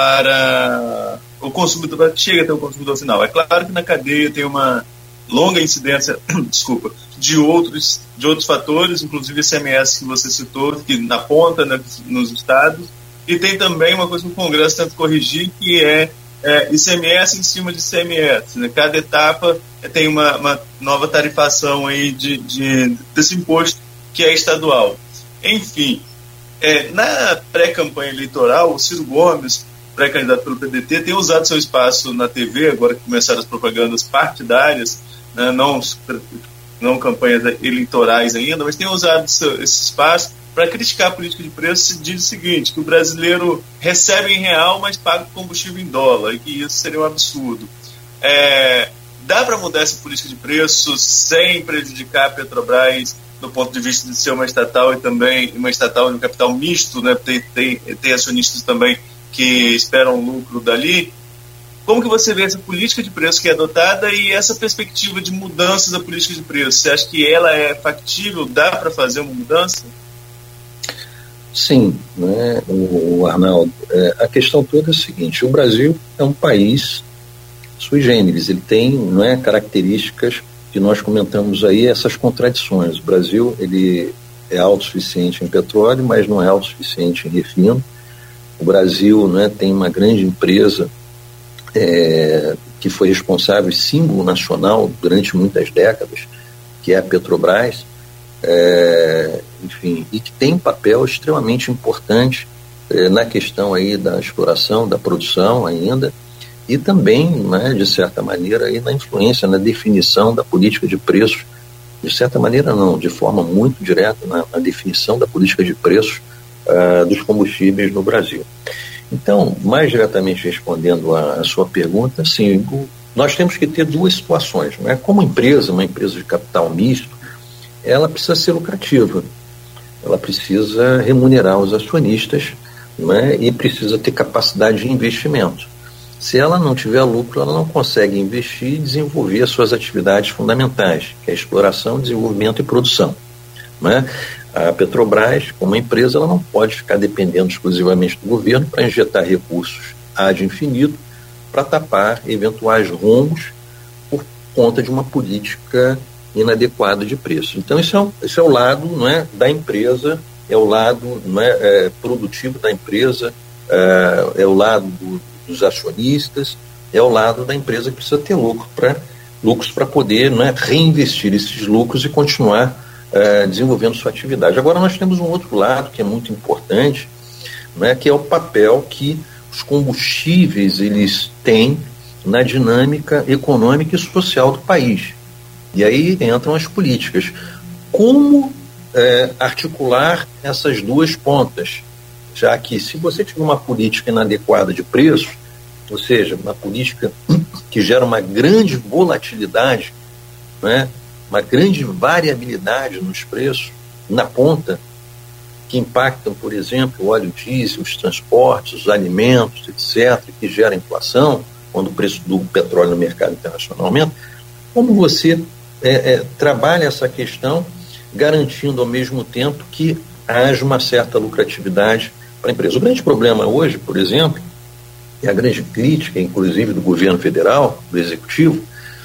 para o consumidor, chega até o consumidor final. É claro que na cadeia tem uma longa incidência, desculpa, de outros, de outros fatores, inclusive I C M S que você citou, que na ponta, né, nos estados, e tem também uma coisa que o Congresso tenta corrigir, que é É, I C M S em cima de I C M S, né? Cada etapa é, tem uma, uma nova tarifação aí de, de, desse imposto que é estadual. Enfim, é, na pré-campanha eleitoral, o Ciro Gomes, pré-candidato pelo P D T, tem usado seu espaço na T V, agora que começaram as propagandas partidárias, né? não, não campanhas eleitorais ainda, mas tem usado esse, esse espaço para criticar a política de preço. Se diz o seguinte, que o brasileiro recebe em real, mas paga o combustível em dólar, e que isso seria um absurdo. É, dá para mudar essa política de preço sem prejudicar a Petrobras do ponto de vista de ser uma estatal e também uma estatal de capital misto, né? tem, tem, tem acionistas também que esperam lucro dali. Como que você vê essa política de preço que é adotada e essa perspectiva de mudança da política de preço? Você acha que ela é factível? Dá para fazer uma mudança? Sim, né, o, o Arnaldo, é, a questão toda é a seguinte: o Brasil é um país sui generis, ele tem, não é, características que nós comentamos aí, essas contradições. O Brasil, ele é autossuficiente em petróleo, mas não é autossuficiente em refino. O Brasil, né, tem uma grande empresa é, que foi responsável, símbolo nacional durante muitas décadas, que é a Petrobras. É, enfim, e que tem um papel extremamente importante é, na questão aí da exploração, da produção ainda, e também, né, de certa maneira, aí na influência, na definição da política de preços, de certa maneira não, de forma muito direta, na, na definição da política de preços uh, dos combustíveis no Brasil. Então, mais diretamente respondendo a, a sua pergunta, sim, o, nós temos que ter duas situações, né? Como empresa, uma empresa de capital misto, ela precisa ser lucrativa, ela precisa remunerar os acionistas, né? E precisa ter capacidade de investimento. Se ela não tiver lucro, ela não consegue investir e desenvolver as suas atividades fundamentais, que é a exploração, desenvolvimento e produção, né? A Petrobras, como empresa, ela não pode ficar dependendo exclusivamente do governo para injetar recursos ad infinito para tapar eventuais rombos por conta de uma política inadequada de preço. Então, isso é, um, isso é o lado, não é, da empresa, é o lado, não é, é, produtivo da empresa, é, é o lado do, dos acionistas, é o lado da empresa que precisa ter lucro pra, lucros para poder, não é, reinvestir esses lucros e continuar Uh, desenvolvendo sua atividade. Agora nós temos um outro lado que é muito importante, né, que é o papel que os combustíveis eles têm na dinâmica econômica e social do país. E aí entram as políticas. Como uh, articular essas duas pontas? Já que se você tiver uma política inadequada de preço, ou seja, uma política que gera uma grande volatilidade, né, uma grande variabilidade nos preços, na ponta, que impactam, por exemplo, o óleo diesel, os transportes, os alimentos, etcétera, que gera inflação, quando o preço do petróleo no mercado internacional aumenta. Como você é, é, trabalha essa questão, garantindo ao mesmo tempo que haja uma certa lucratividade para a empresa? O grande problema hoje, por exemplo, e a grande crítica, inclusive, do governo federal, do executivo,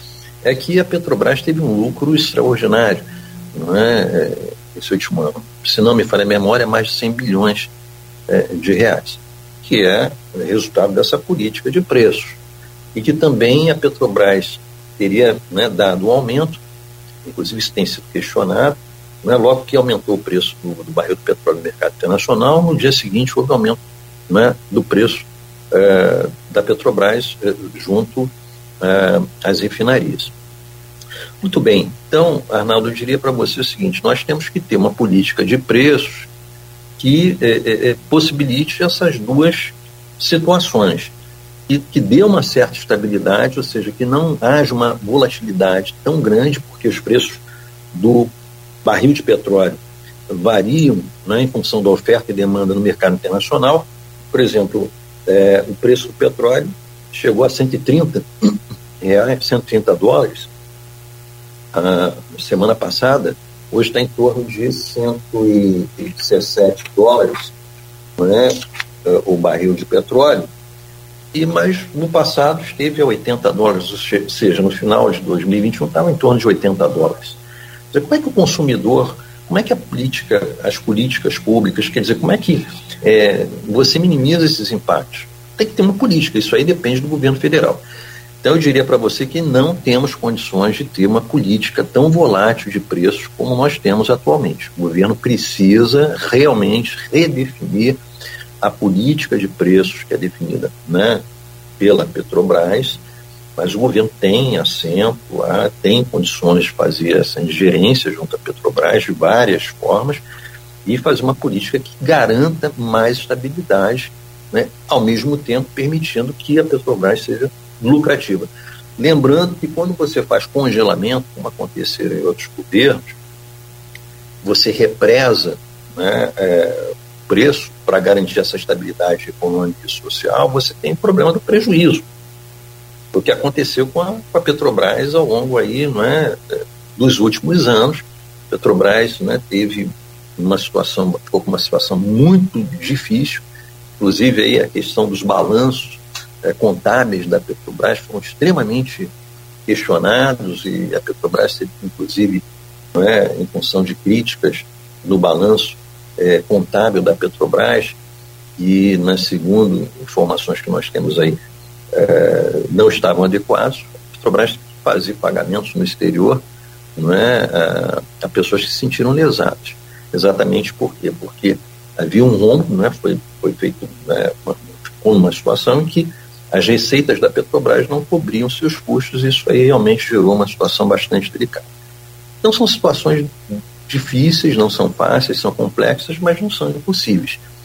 é que a Petrobras teve um lucro extraordinário, não é? Esse último ano, se não me falha a memória, mais de cem bilhões é, de reais, que é resultado dessa política de preços, e que também a Petrobras teria, né, dado um aumento, inclusive isso tem sido questionado, né, logo que aumentou o preço do, do barril do petróleo no mercado internacional, no dia seguinte houve aumento, né, do preço é, da Petrobras é, junto Uh, as refinarias. Muito bem, então, Arnaldo, eu diria para você o seguinte: nós temos que ter uma política de preços que eh, eh, possibilite essas duas situações, e que dê uma certa estabilidade, ou seja, que não haja uma volatilidade tão grande, porque os preços do barril de petróleo variam, né, em função da oferta e demanda no mercado internacional. Por exemplo, eh, o preço do petróleo chegou a cento e trinta reais, cento e trinta dólares a semana passada, hoje está em torno de cento e dezessete dólares, né, o barril de petróleo, e, mas no passado esteve a oitenta dólares, ou seja, no final de dois mil e vinte e um estava em torno de oitenta dólares. Quer dizer, como é que o consumidor, como é que a política, as políticas públicas, quer dizer, como é que é, você minimiza esses impactos? Tem que ter uma política, isso aí depende do governo federal. Então eu diria para você que não temos condições de ter uma política tão volátil de preços como nós temos atualmente. O governo precisa realmente redefinir a política de preços que é definida, né, pela Petrobras, mas o governo tem assento lá, tem condições de fazer essa ingerência junto à Petrobras de várias formas e fazer uma política que garanta mais estabilidade, né, ao mesmo tempo permitindo que a Petrobras seja lucrativa. Lembrando que quando você faz congelamento, como aconteceu em outros governos, você represa, né, é, preço para garantir essa estabilidade econômica e social, você tem o problema do prejuízo. O que aconteceu com a, com a Petrobras ao longo aí, né, dos últimos anos. A Petrobras, né, teve uma situação, ficou com uma situação muito difícil, inclusive aí a questão dos balanços é, contábeis da Petrobras foram extremamente questionados, e a Petrobras teve, inclusive, né, em função de críticas no balanço é, contábil da Petrobras, e, na segundo informações que nós temos aí, é, não estavam adequados. A Petrobras fazia pagamentos no exterior, não é, a, a pessoas que se sentiram lesadas. Exatamente por quê? Porque havia um rombo, né, foi, foi feito, né, uma, uma situação em que as receitas da Petrobras não cobriam seus custos, e isso aí realmente gerou uma situação bastante delicada. Então são situações difíceis, não são fáceis, são complexas, mas não são impossíveis.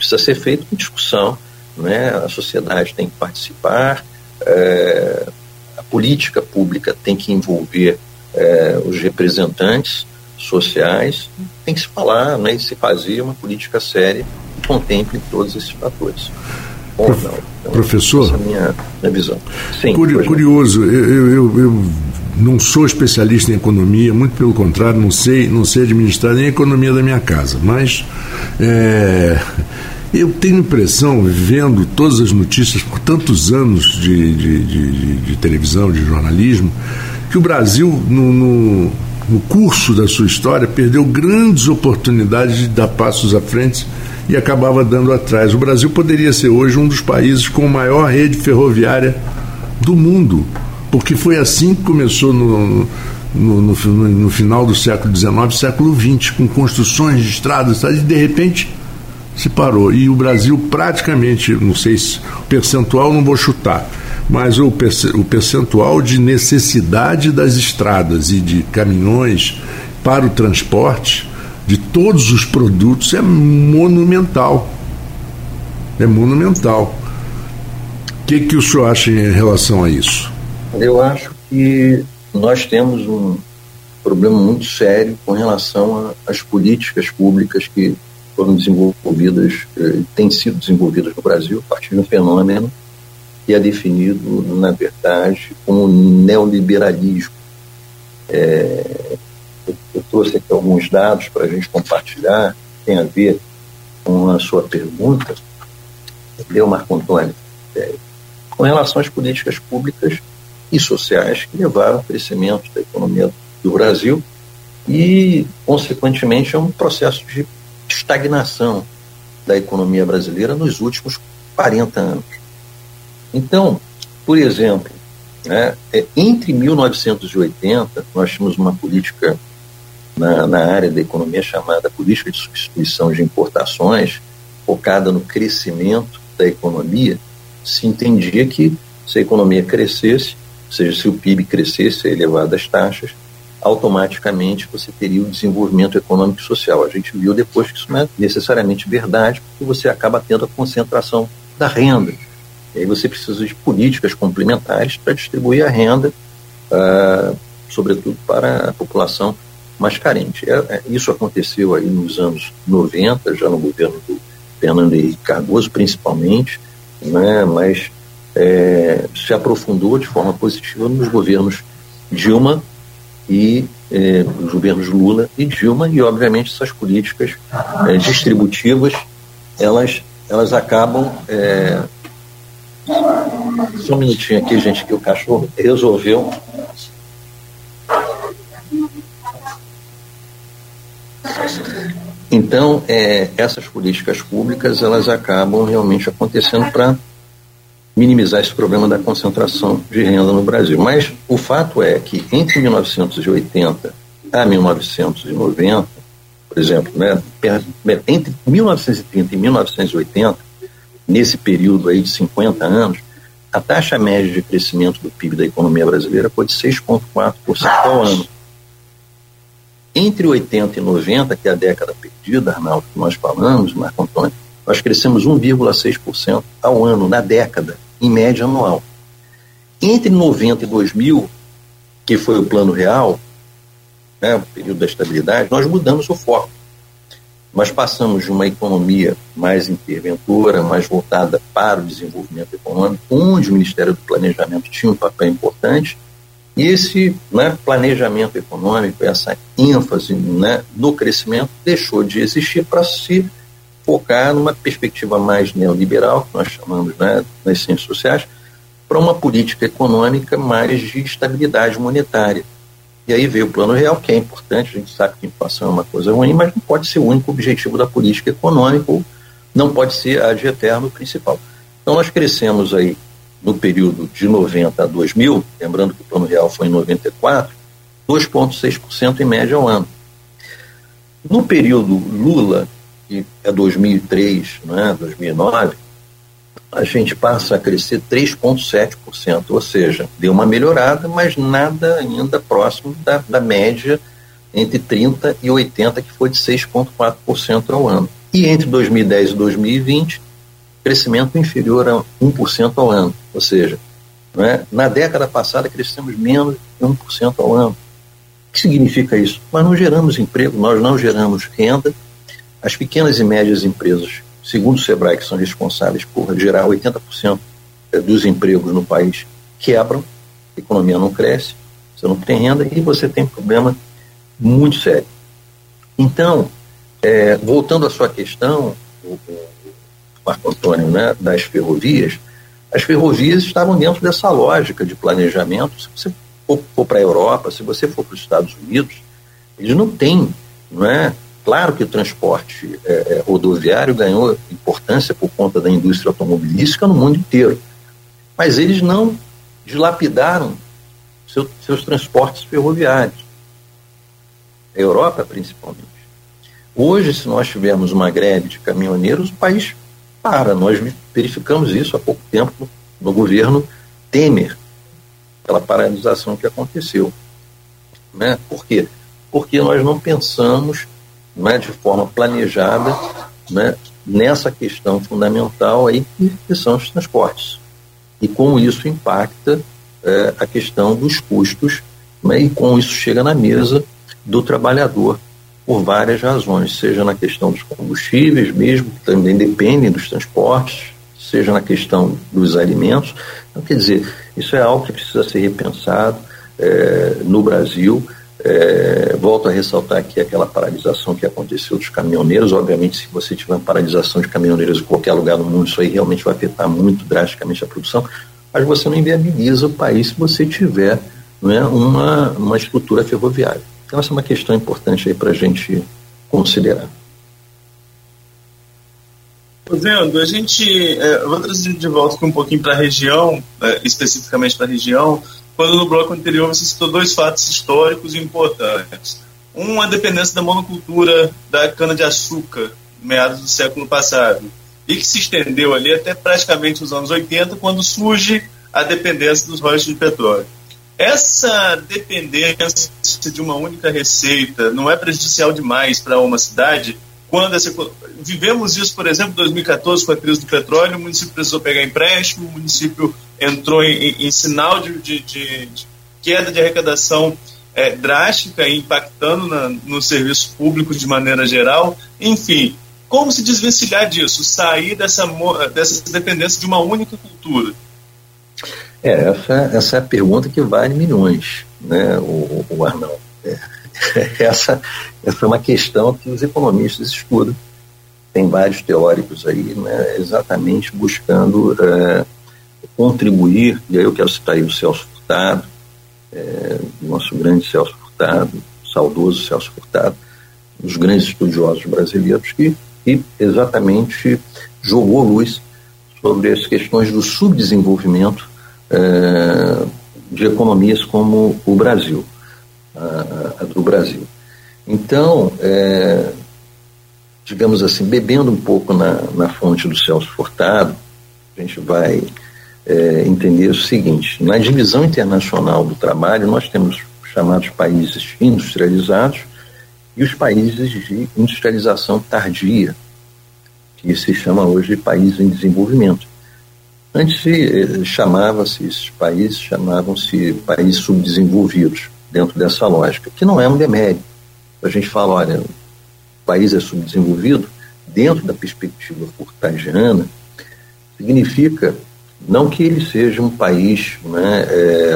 precisa ser feito com discussão, né? A sociedade tem que participar, é, a política pública tem que envolver é, os representantes sociais, tem que se falar, né, e se fazer uma política séria que contemple todos esses fatores. Bom, Prof, não, então, professor, essa é a minha, minha visão. Sim, Curi, curioso, eu, eu, eu não sou especialista em economia, muito pelo contrário, não sei, não sei administrar nem a economia da minha casa, mas é, eu tenho a impressão, vendo todas as notícias por tantos anos de, de, de, de, de televisão, de jornalismo, que o Brasil, no, no, no curso da sua história, perdeu grandes oportunidades de dar passos à frente e acabava dando atrás. O Brasil poderia ser hoje um dos países com a maior rede ferroviária do mundo, porque foi assim que começou no, no, no, no final do século dezenove, século vinte, com construções de estradas, e de repente se parou. E o Brasil praticamente, não sei se o percentual não vou chutar, mas o, o percentual de necessidade das estradas e de caminhões para o transporte de todos os produtos é monumental. É monumental. O que, que o senhor acha em relação a isso? Eu acho que nós temos um problema muito sério com relação às políticas públicas que foram desenvolvidas, eh, têm sido desenvolvidas no Brasil a partir de um fenômeno que é definido, na verdade, como neoliberalismo. É, eu, eu trouxe aqui alguns dados para a gente compartilhar, que tem a ver com a sua pergunta, entendeu, Marco Antônio? É, com relação às políticas públicas e sociais que levaram ao crescimento da economia do Brasil e, consequentemente, a um processo de estagnação da economia brasileira nos últimos quarenta anos. Então, por exemplo, né, entre mil novecentos e oitenta, nós tínhamos uma política na, na área da economia chamada política de substituição de importações, focada no crescimento da economia. Se entendia que se a economia crescesse, ou seja, se o P I B crescesse a elevadas taxas, automaticamente você teria o desenvolvimento econômico e social. A gente viu depois que isso não é necessariamente verdade, porque você acaba tendo a concentração da renda. E aí você precisa de políticas complementares para distribuir a renda, uh, sobretudo para a população mais carente. É, é, isso aconteceu aí nos anos noventa, já no governo do Fernando Henrique Cardoso, principalmente, né, mas é, se aprofundou de forma positiva nos governos Dilma e eh, os governos Lula e Dilma, e obviamente essas políticas eh, distributivas elas, elas acabam eh... só um minutinho aqui, gente, que o cachorro resolveu então eh, essas políticas públicas elas acabam realmente acontecendo para minimizar esse problema da concentração de renda no Brasil. Mas o fato é que entre mil novecentos e oitenta a mil novecentos e noventa, por exemplo, né, entre mil novecentos e trinta e mil novecentos e oitenta, nesse período aí de cinquenta anos, a taxa média de crescimento do P I B da economia brasileira foi de seis vírgula quatro por cento ao ano. Entre oitenta e noventa, que é a década perdida, Arnaldo, que nós falamos, Marco Antônio, nós crescemos um vírgula seis por cento ao ano, na década, em média anual. Entre noventa e dois mil, que foi o Plano Real, né, o período da estabilidade, nós mudamos o foco. Nós passamos de uma economia mais interventora, mais voltada para o desenvolvimento econômico, onde o Ministério do Planejamento tinha um papel importante, e esse, né, planejamento econômico, essa ênfase, né, no crescimento, deixou de existir para se focar numa perspectiva mais neoliberal, que nós chamamos, né, nas ciências sociais, para uma política econômica mais de estabilidade monetária. E aí veio o Plano Real, que é importante, a gente sabe que a inflação é uma coisa ruim, mas não pode ser o único objetivo da política econômica, ou não pode ser ad eterno principal. Então nós crescemos aí no período de noventa a dois mil, lembrando que o Plano Real foi em noventa e quatro, dois vírgula seis por cento em média ao ano. No período Lula, que é dois mil e três, né, dois mil e nove, a gente passa a crescer três vírgula sete por cento, ou seja, deu uma melhorada, mas nada ainda próximo da, da média entre trinta e oitenta, que foi de seis vírgula quatro por cento ao ano. E entre dois mil e dez e dois mil e vinte, crescimento inferior a um por cento ao ano. Ou seja, não é? Na década passada crescemos menos de um por cento ao ano. O que significa isso? Nós não geramos emprego, nós não geramos renda. As pequenas e médias empresas, segundo o Sebrae, que são responsáveis por gerar oitenta por cento dos empregos no país, quebram, a economia não cresce, você não tem renda e você tem um problema muito sério. Então, é, voltando à sua questão, o, o Marco Antônio, né, das ferrovias, as ferrovias estavam dentro dessa lógica de planejamento. Se você for, for para a Europa, se você for para os Estados Unidos, eles não têm, não é? Claro que o transporte é, é, rodoviário ganhou importância por conta da indústria automobilística no mundo inteiro, mas eles não dilapidaram seu, seus transportes ferroviários. A Europa, principalmente. Hoje, se nós tivermos uma greve de caminhoneiros, o país para. Nós verificamos isso há pouco tempo no governo Temer, aquela paralisação que aconteceu. Né? Por quê? Porque nós não pensamos, né, de forma planejada, né, nessa questão fundamental aí, que são os transportes. E como isso impacta é, a questão dos custos, né, e como isso chega na mesa do trabalhador, por várias razões, seja na questão dos combustíveis mesmo, que também dependem dos transportes, seja na questão dos alimentos. Então, quer dizer, isso é algo que precisa ser repensado é, no Brasil. É, volto a ressaltar aqui aquela paralisação que aconteceu dos caminhoneiros. Obviamente, se você tiver uma paralisação de caminhoneiros em qualquer lugar do mundo, isso aí realmente vai afetar muito drasticamente a produção, mas você não inviabiliza o país se você tiver, não é, uma, uma estrutura ferroviária. Então, essa é uma questão importante aí para a gente considerar. Zendo, a gente, é, eu vou trazer de volta aqui um pouquinho para a região, é, especificamente para a região, quando no bloco anterior você citou dois fatos históricos importantes. Um, a dependência da monocultura da cana-de-açúcar, meados do século passado, e que se estendeu ali até praticamente os anos oitenta, quando surge a dependência dos royalties de petróleo. Essa dependência de uma única receita não é prejudicial demais para uma cidade? Quando essa, vivemos isso, por exemplo, em dois mil e catorze, com a crise do petróleo, o município precisou pegar empréstimo, o município entrou em, em, em sinal de, de, de, de queda de arrecadação é, drástica, impactando na, no serviço público de maneira geral. Enfim, como se desvencilhar disso, sair dessa, dessa dependência de uma única cultura? É, essa, essa é a pergunta que vale milhões, né, o, o Arnaldo. É, essa, essa é uma questão que os economistas estudam. Tem vários teóricos aí, né, exatamente buscando é, contribuir, e aí eu quero citar aí o Celso Furtado, é, nosso grande Celso Furtado, saudoso Celso Furtado, um dos grandes estudiosos brasileiros, que, que exatamente jogou luz sobre as questões do subdesenvolvimento de economias como o Brasil, a, a do Brasil. Então, é, digamos assim, bebendo um pouco na, na fonte do Celso Furtado, a gente vai é, entender o seguinte: na divisão internacional do trabalho, nós temos os chamados países industrializados e os países de industrialização tardia, que se chama hoje de países em desenvolvimento. Antes chamava-se, esses países chamavam-se países subdesenvolvidos, dentro dessa lógica, que não é um demérito. A gente fala, olha, o país é subdesenvolvido, dentro da perspectiva furtadiana, significa não que ele seja um país, né, é,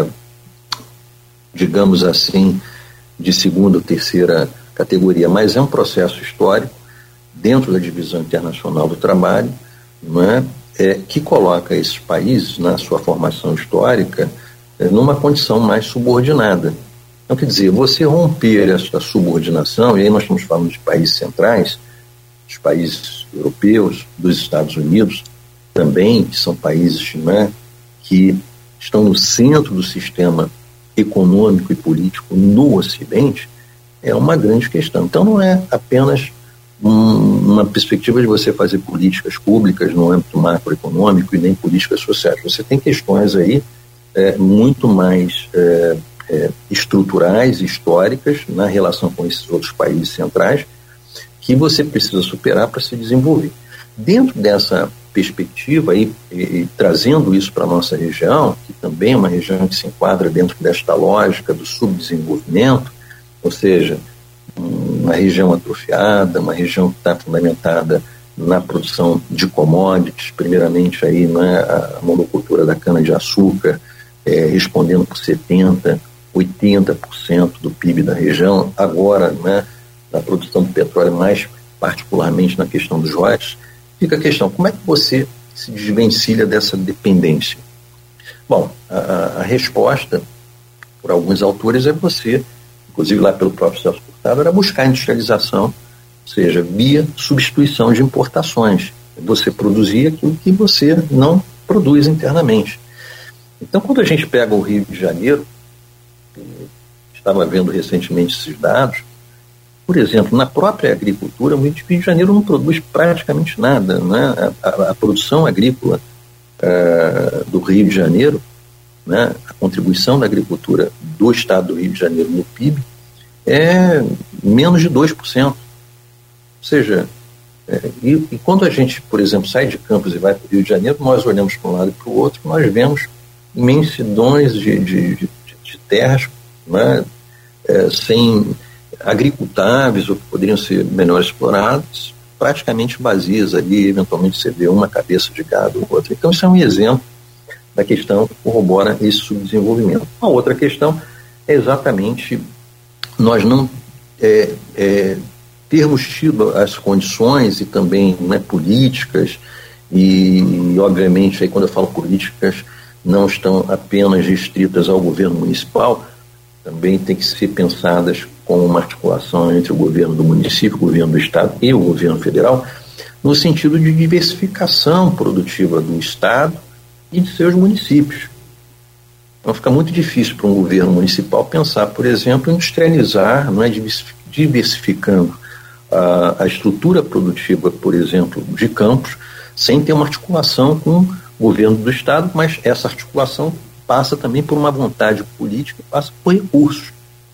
digamos assim, de segunda ou terceira categoria, mas é um processo histórico, dentro da divisão internacional do trabalho, não é? É, que coloca esses países, na sua formação histórica, é, numa condição mais subordinada. Então, quer dizer, você romper essa subordinação, e aí nós estamos falando de países centrais, dos países europeus, dos Estados Unidos, também, que são países, né, que estão no centro do sistema econômico e político no Ocidente, é uma grande questão. Então, não é apenas uma perspectiva de você fazer políticas públicas no âmbito macroeconômico e nem políticas sociais. Você tem questões aí é, muito mais é, é, estruturais, históricas, na relação com esses outros países centrais, que você precisa superar para se desenvolver. Dentro dessa perspectiva e, e, e trazendo isso para a nossa região, que também é uma região que se enquadra dentro desta lógica do subdesenvolvimento, ou seja, uma região atrofiada, uma região que está fundamentada na produção de commodities, primeiramente aí, né, a monocultura da cana-de-açúcar, é, respondendo por setenta por cento, oitenta por cento do P I B da região, agora, né, na produção de petróleo, mais particularmente na questão dos royalties. Fica a questão, como é que você se desvencilha dessa dependência? Bom, a, a resposta, por alguns autores, é você, inclusive lá pelo próprio Celso Furtado, era buscar a industrialização, ou seja, via substituição de importações. Você produzir aquilo que você não produz internamente. Então, quando a gente pega o Rio de Janeiro, estava vendo recentemente esses dados, por exemplo, na própria agricultura, o Rio de Janeiro não produz praticamente nada, né? a, a, a produção agrícola uh, do Rio de Janeiro, né? A contribuição da agricultura do estado do Rio de Janeiro no P I B é menos de dois por cento. Ou seja, é, e, e quando a gente, por exemplo, sai de Campos e vai para o Rio de Janeiro, nós olhamos para um lado e para o outro, nós vemos imensidões de, de, de, de terras, né? é, sem agricultáveis ou que poderiam ser melhor explorados, praticamente vazias ali, eventualmente você vê uma cabeça de gado ou outra. Então isso é um exemplo da questão que corrobora esse subdesenvolvimento. A outra questão é exatamente nós não é, é, termos tido as condições e também, né, políticas e, e obviamente aí quando eu falo políticas não estão apenas restritas ao governo municipal, também tem que ser pensadas com uma articulação entre o governo do município, o governo do estado e o governo federal, no sentido de diversificação produtiva do estado e de seus municípios. Então fica muito difícil para um governo municipal pensar, por exemplo, em industrializar, não é, diversificando a, a estrutura produtiva, por exemplo, de Campos, sem ter uma articulação com o governo do estado, mas essa articulação passa também por uma vontade política, passa por recursos.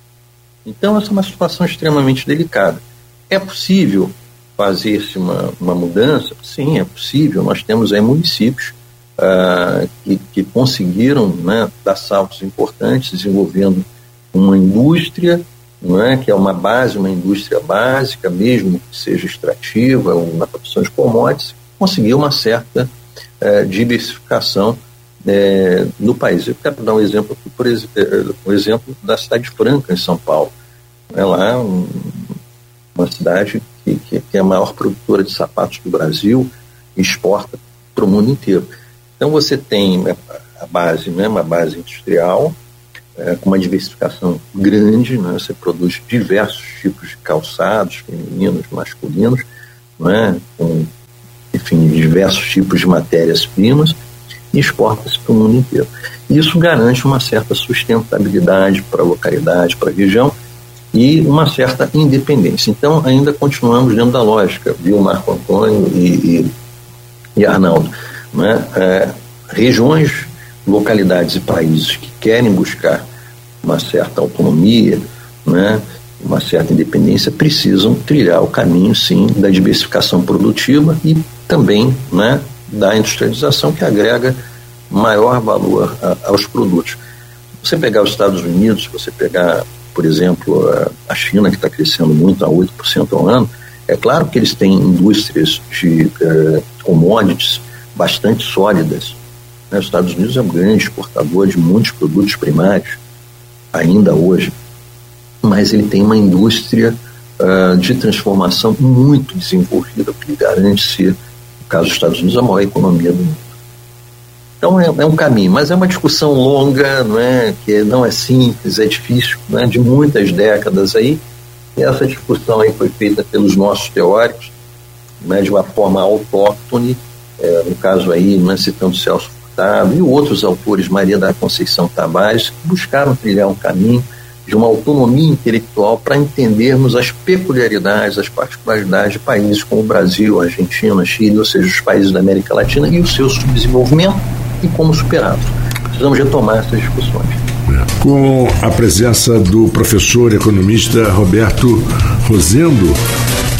Então essa é uma situação extremamente delicada. É possível fazer-se uma, uma mudança? Sim, é possível. Nós temos aí municípios ah, que, que conseguiram, né, dar saltos importantes, desenvolvendo uma indústria, não é, que é uma base, uma indústria básica, mesmo que seja extrativa ou na produção de commodities, conseguiu uma certa eh, diversificação É, no país. Eu quero dar um exemplo aqui, por exemplo, um exemplo da cidade de Franca, em São Paulo. É lá um, uma cidade que, que, que é a maior produtora de sapatos do Brasil e exporta para o mundo inteiro. Então você tem a base, né, uma base industrial é, com uma diversificação grande, né, você produz diversos tipos de calçados, femininos, masculinos, né, com, enfim, diversos tipos de matérias-primas, e exporta-se para o mundo inteiro. Isso garante uma certa sustentabilidade para a localidade, para a região e uma certa independência. Então, ainda continuamos dentro da lógica, viu, Marco Antônio e, e, e Arnaldo, né? É, regiões, localidades e países que querem buscar uma certa autonomia, né, uma certa independência, precisam trilhar o caminho, sim, da diversificação produtiva e também, né, da industrialização, que agrega maior valor a, aos produtos. Se você pegar os Estados Unidos, se você pegar, por exemplo, a, a China, que está crescendo muito, a oito por cento ao ano, é claro que eles têm indústrias de eh, commodities bastante sólidas. Né? Os Estados Unidos é um grande exportador de muitos produtos primários, ainda hoje, mas ele tem uma indústria uh, de transformação muito desenvolvida, que garante ser, no caso dos Estados Unidos, a maior economia do mundo. Então é, é um caminho, mas é uma discussão longa, não é, que não é simples, é difícil, não é, de muitas décadas aí, e essa discussão aí foi feita pelos nossos teóricos, né, de uma forma autóctone, é, no caso aí, né, citando Celso Furtado e outros autores, Maria da Conceição Tavares, que buscaram trilhar um caminho de uma autonomia intelectual para entendermos as peculiaridades, as particularidades de países como o Brasil, a Argentina, Chile, ou seja, os países da América Latina e o seu subdesenvolvimento e como superá-los. Precisamos retomar essas discussões. Com a presença do professor economista Roberto Rosendo,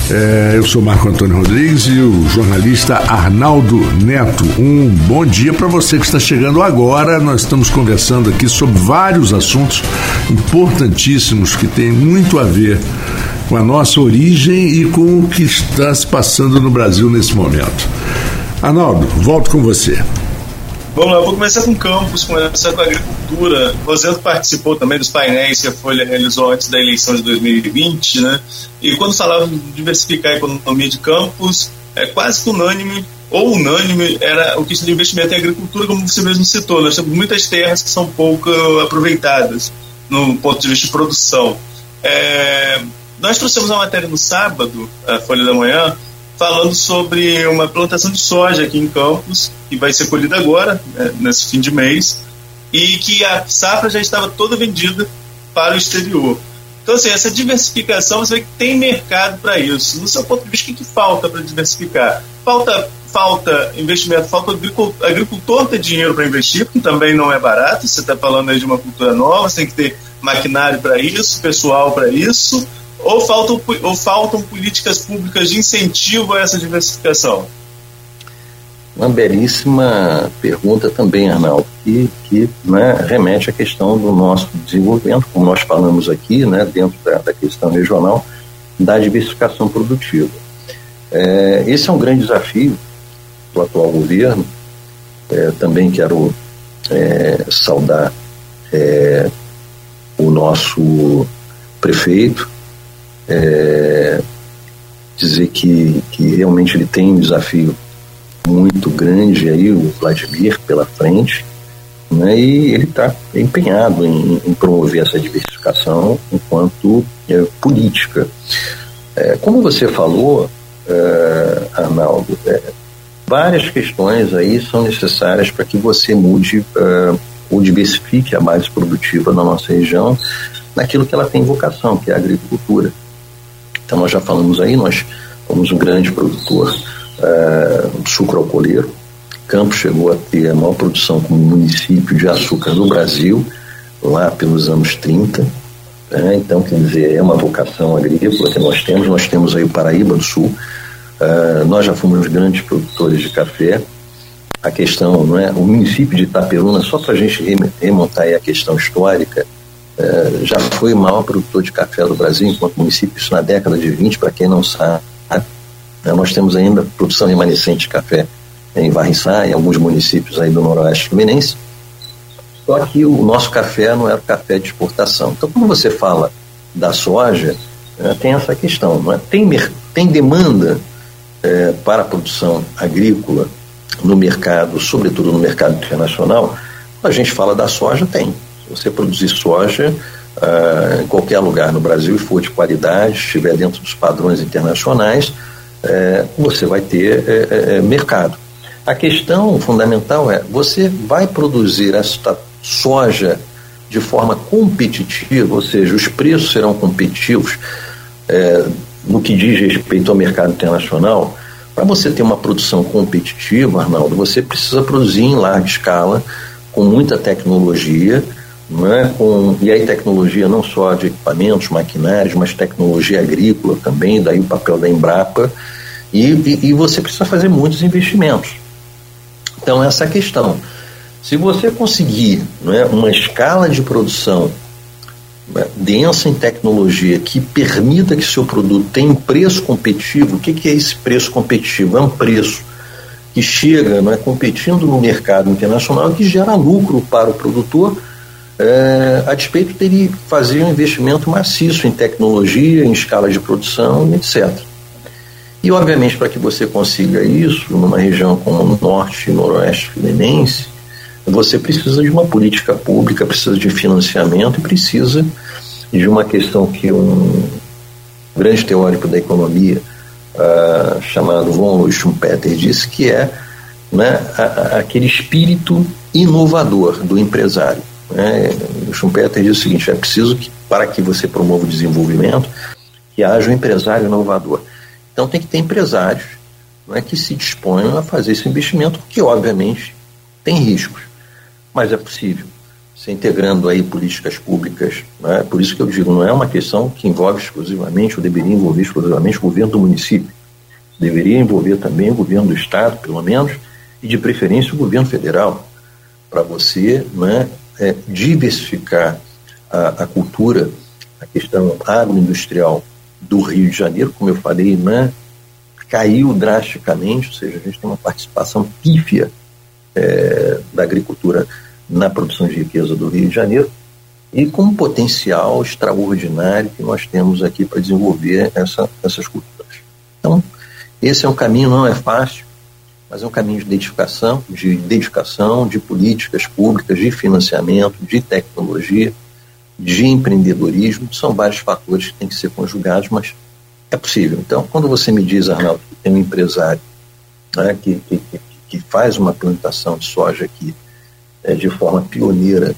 É, eu sou Marco Antônio Rodrigues e o jornalista Arnaldo Neto. Um bom dia para você que está chegando agora. Nós estamos conversando aqui sobre vários assuntos importantíssimos que têm muito a ver com a nossa origem e com o que está se passando no Brasil nesse momento. Arnaldo, volto com você. Vamos lá, vou começar com campos, começar com a agricultura. O Rosendo participou também dos painéis que a Folha realizou antes da eleição de dois mil e vinte, né? E quando falava de diversificar a economia de campos, é quase que unânime, ou unânime, era o questão de investimento em agricultura, como você mesmo citou. Nós temos muitas terras que são pouco aproveitadas no ponto de vista de produção. É, nós trouxemos uma matéria no sábado, a Folha da Manhã, falando sobre uma plantação de soja aqui em Campos, que vai ser colhida agora, né, nesse fim de mês, e que a safra já estava toda vendida para o exterior. Então, assim, essa diversificação, você vê que tem mercado para isso. No seu ponto de vista, o que, que falta para diversificar? Falta, falta investimento, falta agricultor, agricultor ter dinheiro para investir, porque também não é barato. Você está falando aí de uma cultura nova, você tem que ter maquinário para isso, pessoal para isso, ou faltam, ou faltam políticas públicas de incentivo a essa diversificação? Uma belíssima pergunta também, Arnaldo, que, que né, remete à questão do nosso desenvolvimento, como nós falamos aqui, né, dentro da, da questão regional, da diversificação produtiva. É, esse é um grande desafio do atual governo. É, também quero é, saudar é, o nosso prefeito, é, dizer que, que realmente ele tem um desafio muito grande aí, o Vladimir, pela frente, né, e ele está empenhado em, em promover essa diversificação enquanto é, política. É, como você falou, é, Arnaldo, é, várias questões aí são necessárias para que você mude é, ou diversifique a base produtiva da nossa região naquilo que ela tem vocação, que é a agricultura. Então nós já falamos aí, nós somos um grande produtor Uh, sucroalcooleiro. Campos chegou a ter a maior produção como município de açúcar do Brasil lá pelos anos trinta, né? Então, quer dizer, é uma vocação agrícola que nós temos. Nós temos aí o Paraíba do Sul, uh, nós já fomos grandes produtores de café. A questão, não é, o município de Itaperuna, só para a gente remontar aí a questão histórica, uh, já foi o maior produtor de café do Brasil enquanto município, isso na década de vinte, para quem não sabe. Nós temos ainda produção remanescente de café em Varriçá, em alguns municípios aí do Noroeste Fluminense, só que o nosso café não era café de exportação. Então, quando você fala da soja, é, tem essa questão, não é? tem, tem demanda é, para a produção agrícola no mercado, sobretudo no mercado internacional. Quando a gente fala da soja, tem. Se você produzir soja ah, em qualquer lugar no Brasil e for de qualidade, estiver dentro dos padrões internacionais, É, você vai ter é, é, mercado. A questão fundamental é, você vai produzir esta soja de forma competitiva, ou seja, os preços serão competitivos é, no que diz respeito ao mercado internacional. Para você ter uma produção competitiva, Arnaldo, você precisa produzir em larga escala, com muita tecnologia, não é? com, e aí tecnologia não só de equipamentos, maquinários, mas tecnologia agrícola também, daí o papel da Embrapa, e, e, e você precisa fazer muitos investimentos. Então essa é a questão. Se você conseguir, não é, uma escala de produção, né, densa em tecnologia, que permita que seu produto tenha um preço competitivo, o que, que é esse preço competitivo? É um preço que chega, não é, competindo no mercado internacional e que gera lucro para o produtor, É, a despeito dele fazer um investimento maciço em tecnologia, em escala de produção, etcétera. E, obviamente, para que você consiga isso, numa região como o Norte e Noroeste Fluminense, você precisa de uma política pública, precisa de financiamento e precisa de uma questão que um grande teórico da economia, uh, chamado von Louis Schumpeter, disse, que é, né, a, a, aquele espírito inovador do empresário. É, o Schumpeter diz o seguinte: é preciso que, para que você promova o desenvolvimento, que haja um empresário inovador. Então tem que ter empresários, não é, que se disponham a fazer esse investimento, que obviamente tem riscos, mas é possível. se integrando aí políticas públicas, né? Por isso que eu digo, não é uma questão que envolve exclusivamente, ou deveria envolver exclusivamente o governo do município, deveria envolver também o governo do estado, pelo menos, e de preferência o governo federal, para você, né, é, diversificar a, a cultura, a questão agroindustrial do Rio de Janeiro, como eu falei, né, caiu drasticamente, ou seja, a gente tem uma participação pífia é, da agricultura na produção de riqueza do Rio de Janeiro, e com um potencial extraordinário que nós temos aqui para desenvolver essa, essas culturas. Então, esse é um caminho, não é fácil, mas é um caminho de dedicação, de dedicação, de políticas públicas, de financiamento, de tecnologia, de empreendedorismo. São vários fatores que têm que ser conjugados, mas é possível. Então, quando você me diz, Arnaldo, que tem um empresário, né, que, que, que faz uma plantação de soja aqui é, de forma pioneira,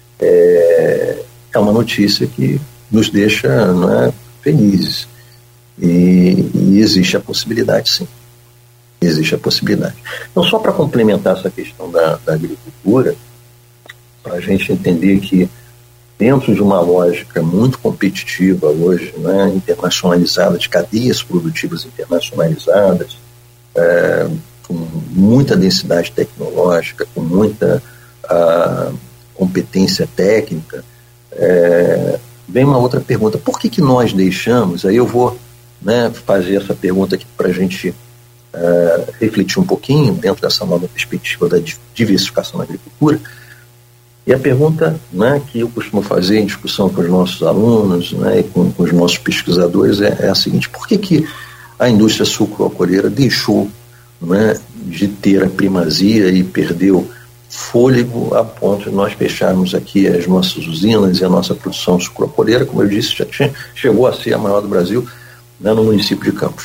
é, é uma notícia que nos deixa, né, felizes. E, e existe a possibilidade, sim. Existe a possibilidade. Então, só para complementar essa questão da, da agricultura, para a gente entender que dentro de uma lógica muito competitiva hoje, né, internacionalizada, de cadeias produtivas internacionalizadas, é, com muita densidade tecnológica, com muita a, competência técnica, é, vem uma outra pergunta. Por que que nós deixamos, aí eu vou, né, fazer essa pergunta aqui para a gente Uh, refletir um pouquinho dentro dessa nova perspectiva da diversificação da agricultura. E a pergunta, né, que eu costumo fazer em discussão com os nossos alunos, né, e com, com os nossos pesquisadores é, é a seguinte: por que que a indústria sucroalcooleira deixou, né, de ter a primazia e perdeu fôlego a ponto de nós fecharmos aqui as nossas usinas e a nossa produção sucroalcooleira, como eu disse, já tinha, chegou a ser a maior do Brasil, né, no município de Campos?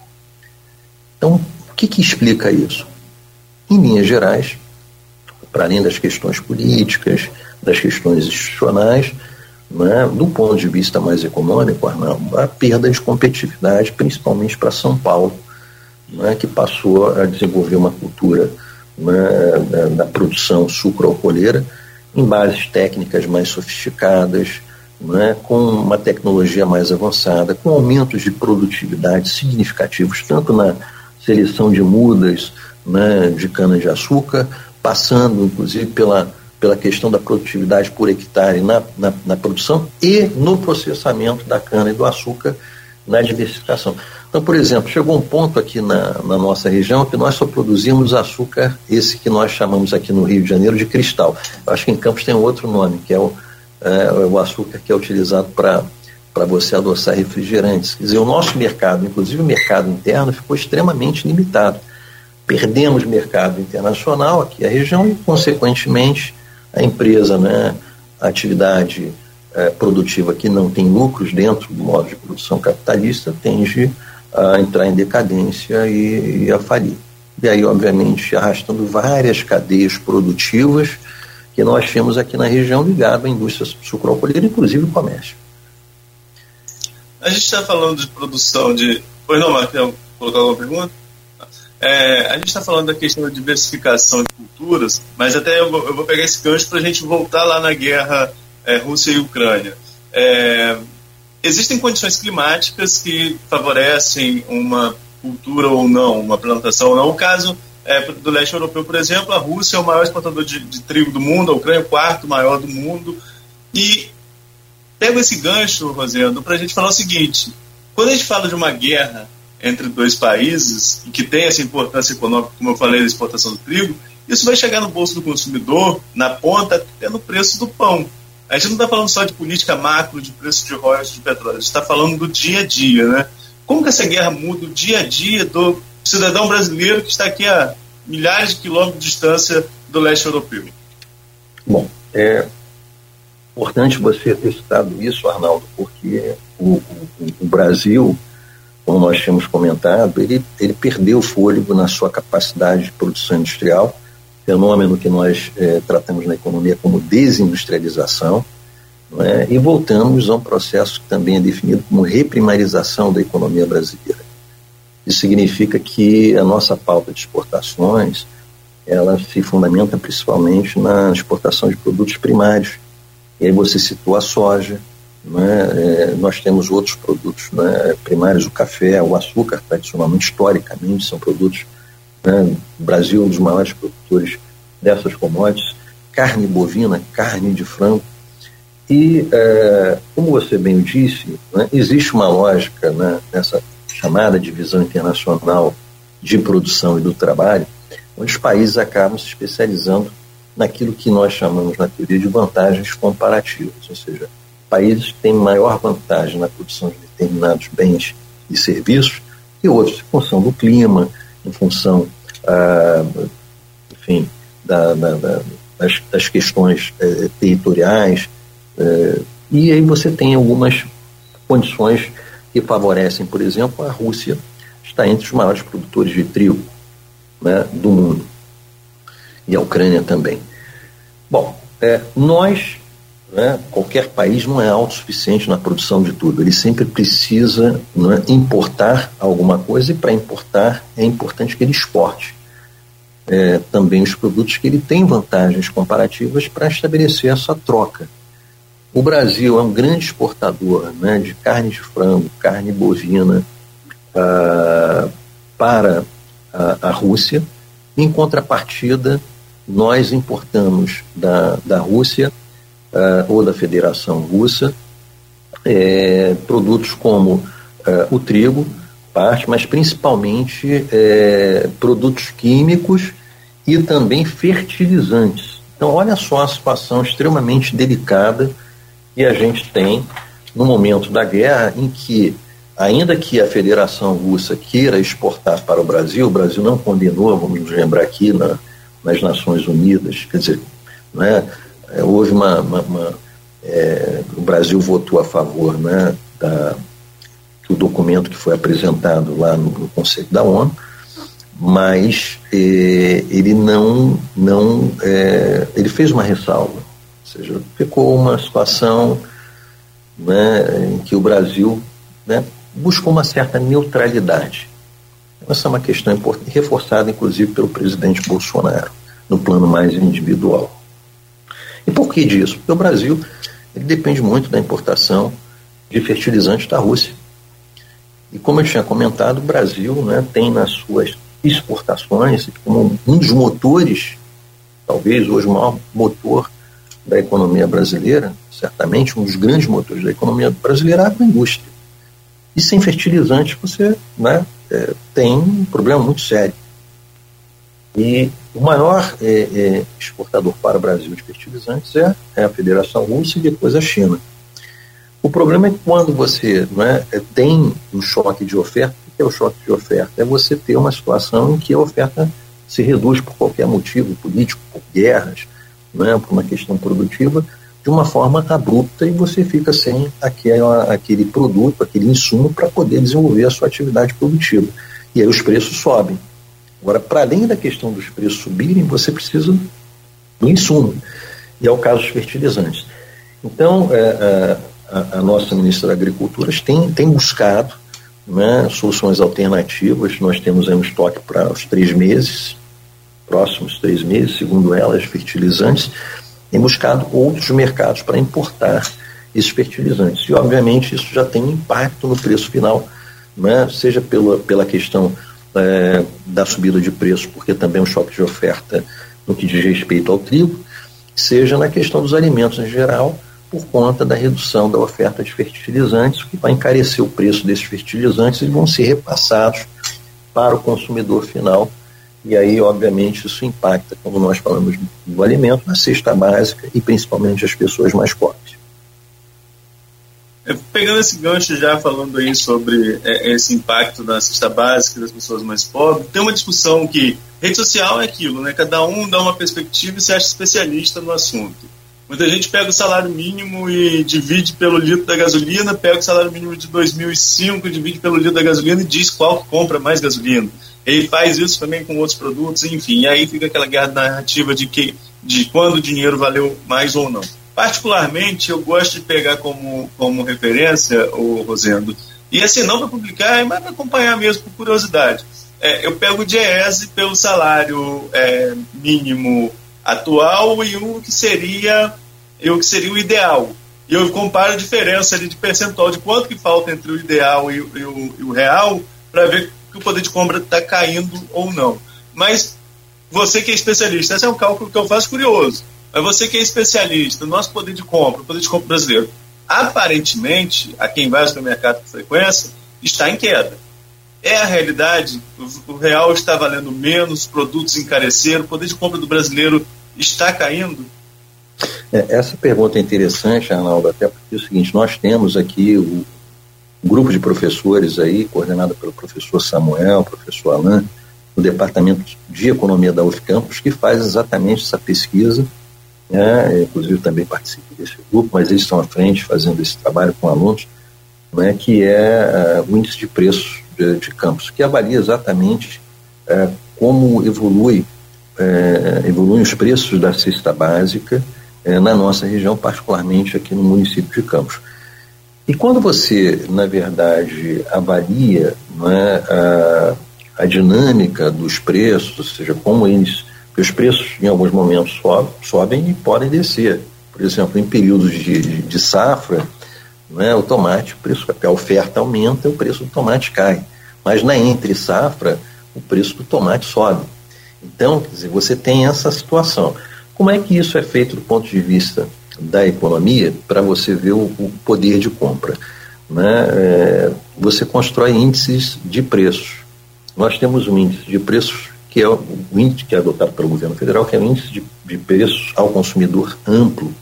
Então, o que que explica isso? Em linhas gerais, para além das questões políticas, das questões institucionais, né, do ponto de vista mais econômico, Arnaldo, a perda de competitividade, principalmente para São Paulo, né, que passou a desenvolver uma cultura, né, da, da produção sucroalcooleira em bases técnicas mais sofisticadas, né, com uma tecnologia mais avançada, com aumentos de produtividade significativos, tanto na seleção de mudas, né, de cana-de-açúcar, passando, inclusive, pela, pela questão da produtividade por hectare na, na, na produção e no processamento da cana e do açúcar na diversificação. Então, por exemplo, chegou um ponto aqui na, na nossa região que nós só produzimos açúcar, esse que nós chamamos aqui no Rio de Janeiro de cristal. Eu acho que em Campos tem outro nome, que é o, é, o açúcar que é utilizado para para você adoçar refrigerantes. Quer dizer, o nosso mercado, inclusive o mercado interno, ficou extremamente limitado. Perdemos mercado internacional aqui, a região, e, consequentemente, a empresa, né, a atividade é, produtiva que não tem lucros dentro do modo de produção capitalista, tende a entrar em decadência e, e a falir. E aí, obviamente, arrastando várias cadeias produtivas que nós temos aqui na região ligado à indústria sucroalcooleira, inclusive o comércio. A gente está falando de produção de... Pois não, Marcelo, colocar alguma pergunta? É, a gente está falando da questão da diversificação de culturas, mas até eu vou, eu vou pegar esse gancho para a gente voltar lá na guerra é, Rússia e Ucrânia. É, existem condições climáticas que favorecem uma cultura ou não, uma plantação ou não. O caso é, do leste europeu, por exemplo, a Rússia é o maior exportador de, de trigo do mundo, a Ucrânia é o quarto maior do mundo. E pego esse gancho, Rosendo, para a gente falar o seguinte: quando a gente fala de uma guerra entre dois países, e que tem essa importância econômica, como eu falei, da exportação do trigo, isso vai chegar no bolso do consumidor, na ponta, até no preço do pão. A gente não está falando só de política macro, de preço de royalties de petróleo, a gente está falando do dia a dia, né? Como que essa guerra muda o dia a dia do cidadão brasileiro que está aqui a milhares de quilômetros de distância do leste europeu? Bom, é importante você ter citado isso, Arnaldo, porque o, o, o Brasil, como nós tínhamos comentado, ele, ele perdeu o fôlego na sua capacidade de produção industrial, fenômeno que nós é, tratamos na economia como desindustrialização, né, e voltamos a um processo que também é definido como reprimarização da economia brasileira. Isso significa que a nossa pauta de exportações ela se fundamenta principalmente na exportação de produtos primários. E aí você citou a soja, né? É, nós temos outros produtos, né, primários, o café, o açúcar, tradicionalmente, historicamente, são produtos, né, o Brasil é um dos maiores produtores dessas commodities, carne bovina, carne de frango. E, é, como você bem disse, né, existe uma lógica, né, nessa chamada divisão internacional de produção e do trabalho, onde os países acabam se especializando naquilo que nós chamamos na teoria de vantagens comparativas, ou seja, países que têm maior vantagem na produção de determinados bens e serviços que outros, em função do clima, em função, ah, enfim, da, da, da, das, das questões eh, territoriais, eh, e aí você tem algumas condições que favorecem, por exemplo, a Rússia está entre os maiores produtores de trigo, né, do mundo, e a Ucrânia também. Bom, é, nós, né, qualquer país não é autossuficiente na produção de tudo, ele sempre precisa, né, importar alguma coisa, e para importar é importante que ele exporte é, também os produtos que ele tem vantagens comparativas para estabelecer essa troca. O Brasil é um grande exportador, né, de carne de frango, carne bovina ah, para a, a Rússia. Em contrapartida, nós importamos da, da Rússia uh, ou da Federação Russa é, produtos como uh, o trigo, parte, mas principalmente é, produtos químicos e também fertilizantes. Então, olha só a situação extremamente delicada que a gente tem no momento da guerra, em que, ainda que a Federação Russa queira exportar para o Brasil, o Brasil não condenou, vamos nos lembrar aqui, na, nas Nações Unidas, quer dizer, né, houve uma... uma, uma é, o Brasil votou a favor, né, da, do documento que foi apresentado lá no, no Conselho da ONU, mas é, ele não... não é, ele fez uma ressalva, ou seja, ficou uma situação, né, em que o Brasil, né, buscou uma certa neutralidade. Essa é uma questão importante, reforçada inclusive pelo presidente Bolsonaro, no plano mais individual. E por que disso? Porque o Brasil ele depende muito da importação de fertilizantes da Rússia. E como eu tinha comentado, o Brasil, né, tem nas suas exportações como um dos motores, talvez hoje o maior motor da economia brasileira, certamente um dos grandes motores da economia brasileira, é a agroindústria. E sem fertilizantes você, né, é, tem um problema muito sério. E o maior é, é, exportador para o Brasil de fertilizantes é, é a Federação Russa e depois a China. O problema é que quando você, né, tem um choque de oferta, o que é o choque de oferta? É você ter uma situação em que a oferta se reduz por qualquer motivo político, por guerras, né, por uma questão produtiva, de uma forma abrupta, e você fica sem aquela, aquele produto, aquele insumo para poder desenvolver a sua atividade produtiva. E aí os preços sobem. Agora, para além da questão dos preços subirem, você precisa do insumo. E é o caso dos fertilizantes. Então, é, a, a nossa ministra da Agricultura tem, tem buscado, né, soluções alternativas. Nós temos aí um estoque para os três meses, próximos três meses, segundo ela, os fertilizantes, tem buscado outros mercados para importar esses fertilizantes. E, obviamente, isso já tem impacto no preço final, né? Seja pela, pela questão é, da subida de preço, porque também é um choque de oferta no que diz respeito ao trigo, seja na questão dos alimentos em geral, por conta da redução da oferta de fertilizantes, que vai encarecer o preço desses fertilizantes e vão ser repassados para o consumidor final. E aí, obviamente, isso impacta, quando nós falamos do alimento, na cesta básica e principalmente as pessoas mais pobres. Pegando esse gancho já, falando aí sobre é, esse impacto da cesta básica das pessoas mais pobres, tem uma discussão que rede social é aquilo, né? Cada um dá uma perspectiva e se acha especialista no assunto. Muita gente pega o salário mínimo e divide pelo litro da gasolina, pega o salário mínimo de dois mil e cinco, divide pelo litro da gasolina e diz qual que compra mais gasolina. Ele faz isso também com outros produtos, enfim, e aí fica aquela guerra narrativa de, que, de quando o dinheiro valeu mais ou não. Particularmente, eu gosto de pegar como, como referência, o Rosendo, e assim, não para publicar, mas para acompanhar mesmo, por curiosidade. é, eu pego o Diese pelo salário é, mínimo atual e o que seria, e o que seria o ideal. E eu comparo a diferença ali de percentual de quanto que falta entre o ideal e, e, o, e o real para ver que o poder de compra está caindo ou não. Mas você que é especialista, esse é um cálculo que eu faço curioso, mas você que é especialista, nosso poder de compra, o poder de compra brasileiro, aparentemente, a quem vai ao supermercado com frequência, está em queda. É a realidade? O, o real está valendo menos, produtos encareceram, o poder de compra do brasileiro está caindo? É, essa pergunta é interessante, Arnaldo, até porque é o seguinte, nós temos aqui o um grupo de professores aí, coordenado pelo professor Samuel, professor Alain, no Departamento de Economia da U F Campus, que faz exatamente essa pesquisa, né? Inclusive também participo desse grupo, mas eles estão à frente fazendo esse trabalho com alunos, né? Que é uh, o índice de preços de, de campus, que avalia exatamente uh, como evolui, uh, evoluem os preços da cesta básica uh, na nossa região, particularmente aqui no município de Campos. E quando você, na verdade, avalia, né, a, a dinâmica dos preços, ou seja, como eles, os preços em alguns momentos sobem, sobem e podem descer. Por exemplo, em períodos de, de, de safra, né, o tomate, o preço, a oferta aumenta e o preço do tomate cai. Mas na entre safra, o preço do tomate sobe. Então, quer dizer, você tem essa situação. Como é que isso é feito do ponto de vista da economia, para você ver o, o poder de compra, né? É, você constrói índices de preços. Nós temos um índice de preços que é o, o índice que é adotado pelo governo federal, que é o índice de, de preços ao consumidor amplo,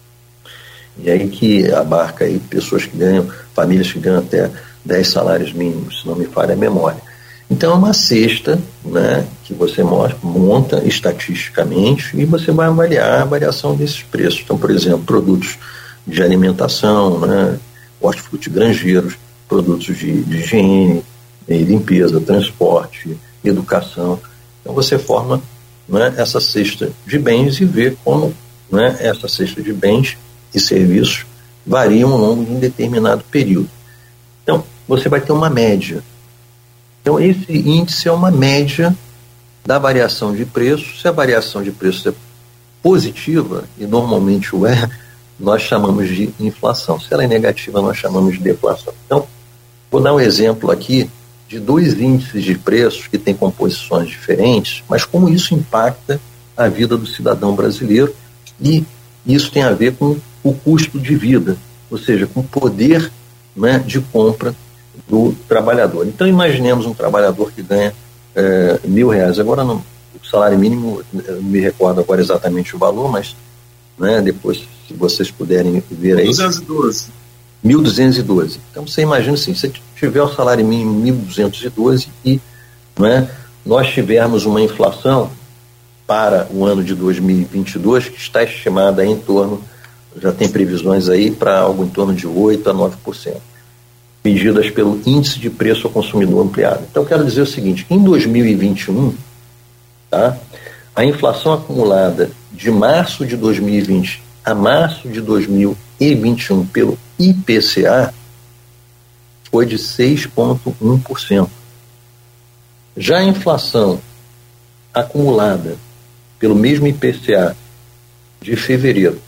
e aí que abarca aí pessoas que ganham, famílias que ganham até dez salários mínimos, se não me falha a memória. Então é uma cesta, né, que você monta estatisticamente e você vai avaliar a variação desses preços. Então, por exemplo, produtos de alimentação, né, hortifruti grangeiros, produtos de, de higiene, limpeza, transporte, educação. Então você forma, né, essa cesta de bens e vê como, né, essa cesta de bens e serviços variam ao longo de um determinado período. Então você vai ter uma média. Então, esse índice é uma média da variação de preços. Se a variação de preços é positiva, e normalmente o é, nós chamamos de inflação. Se ela é negativa, nós chamamos de deflação. Então, vou dar um exemplo aqui de dois índices de preços que têm composições diferentes, mas como isso impacta a vida do cidadão brasileiro, e isso tem a ver com o custo de vida, ou seja, com o poder, né, de compra do trabalhador. Então imaginemos um trabalhador que ganha é, mil reais. Agora não, o salário mínimo, não me recordo agora exatamente o valor, mas, né, depois, se vocês puderem ver aí, duzentos e doze. mil duzentos e doze. Então você imagina assim, se tiver o salário mínimo mil duzentos e doze e, né, nós tivermos uma inflação para o ano de dois mil e vinte e dois que está estimada em torno, já tem previsões aí para algo em torno de oito a nove por cento. Medidas pelo índice de preço ao consumidor ampliado. Então, eu quero dizer o seguinte, em dois mil e vinte e um, tá, a inflação acumulada de março de dois mil e vinte a março de dois mil e vinte e um pelo I P C A foi de seis vírgula um por cento. Já a inflação acumulada pelo mesmo I P C A de fevereiro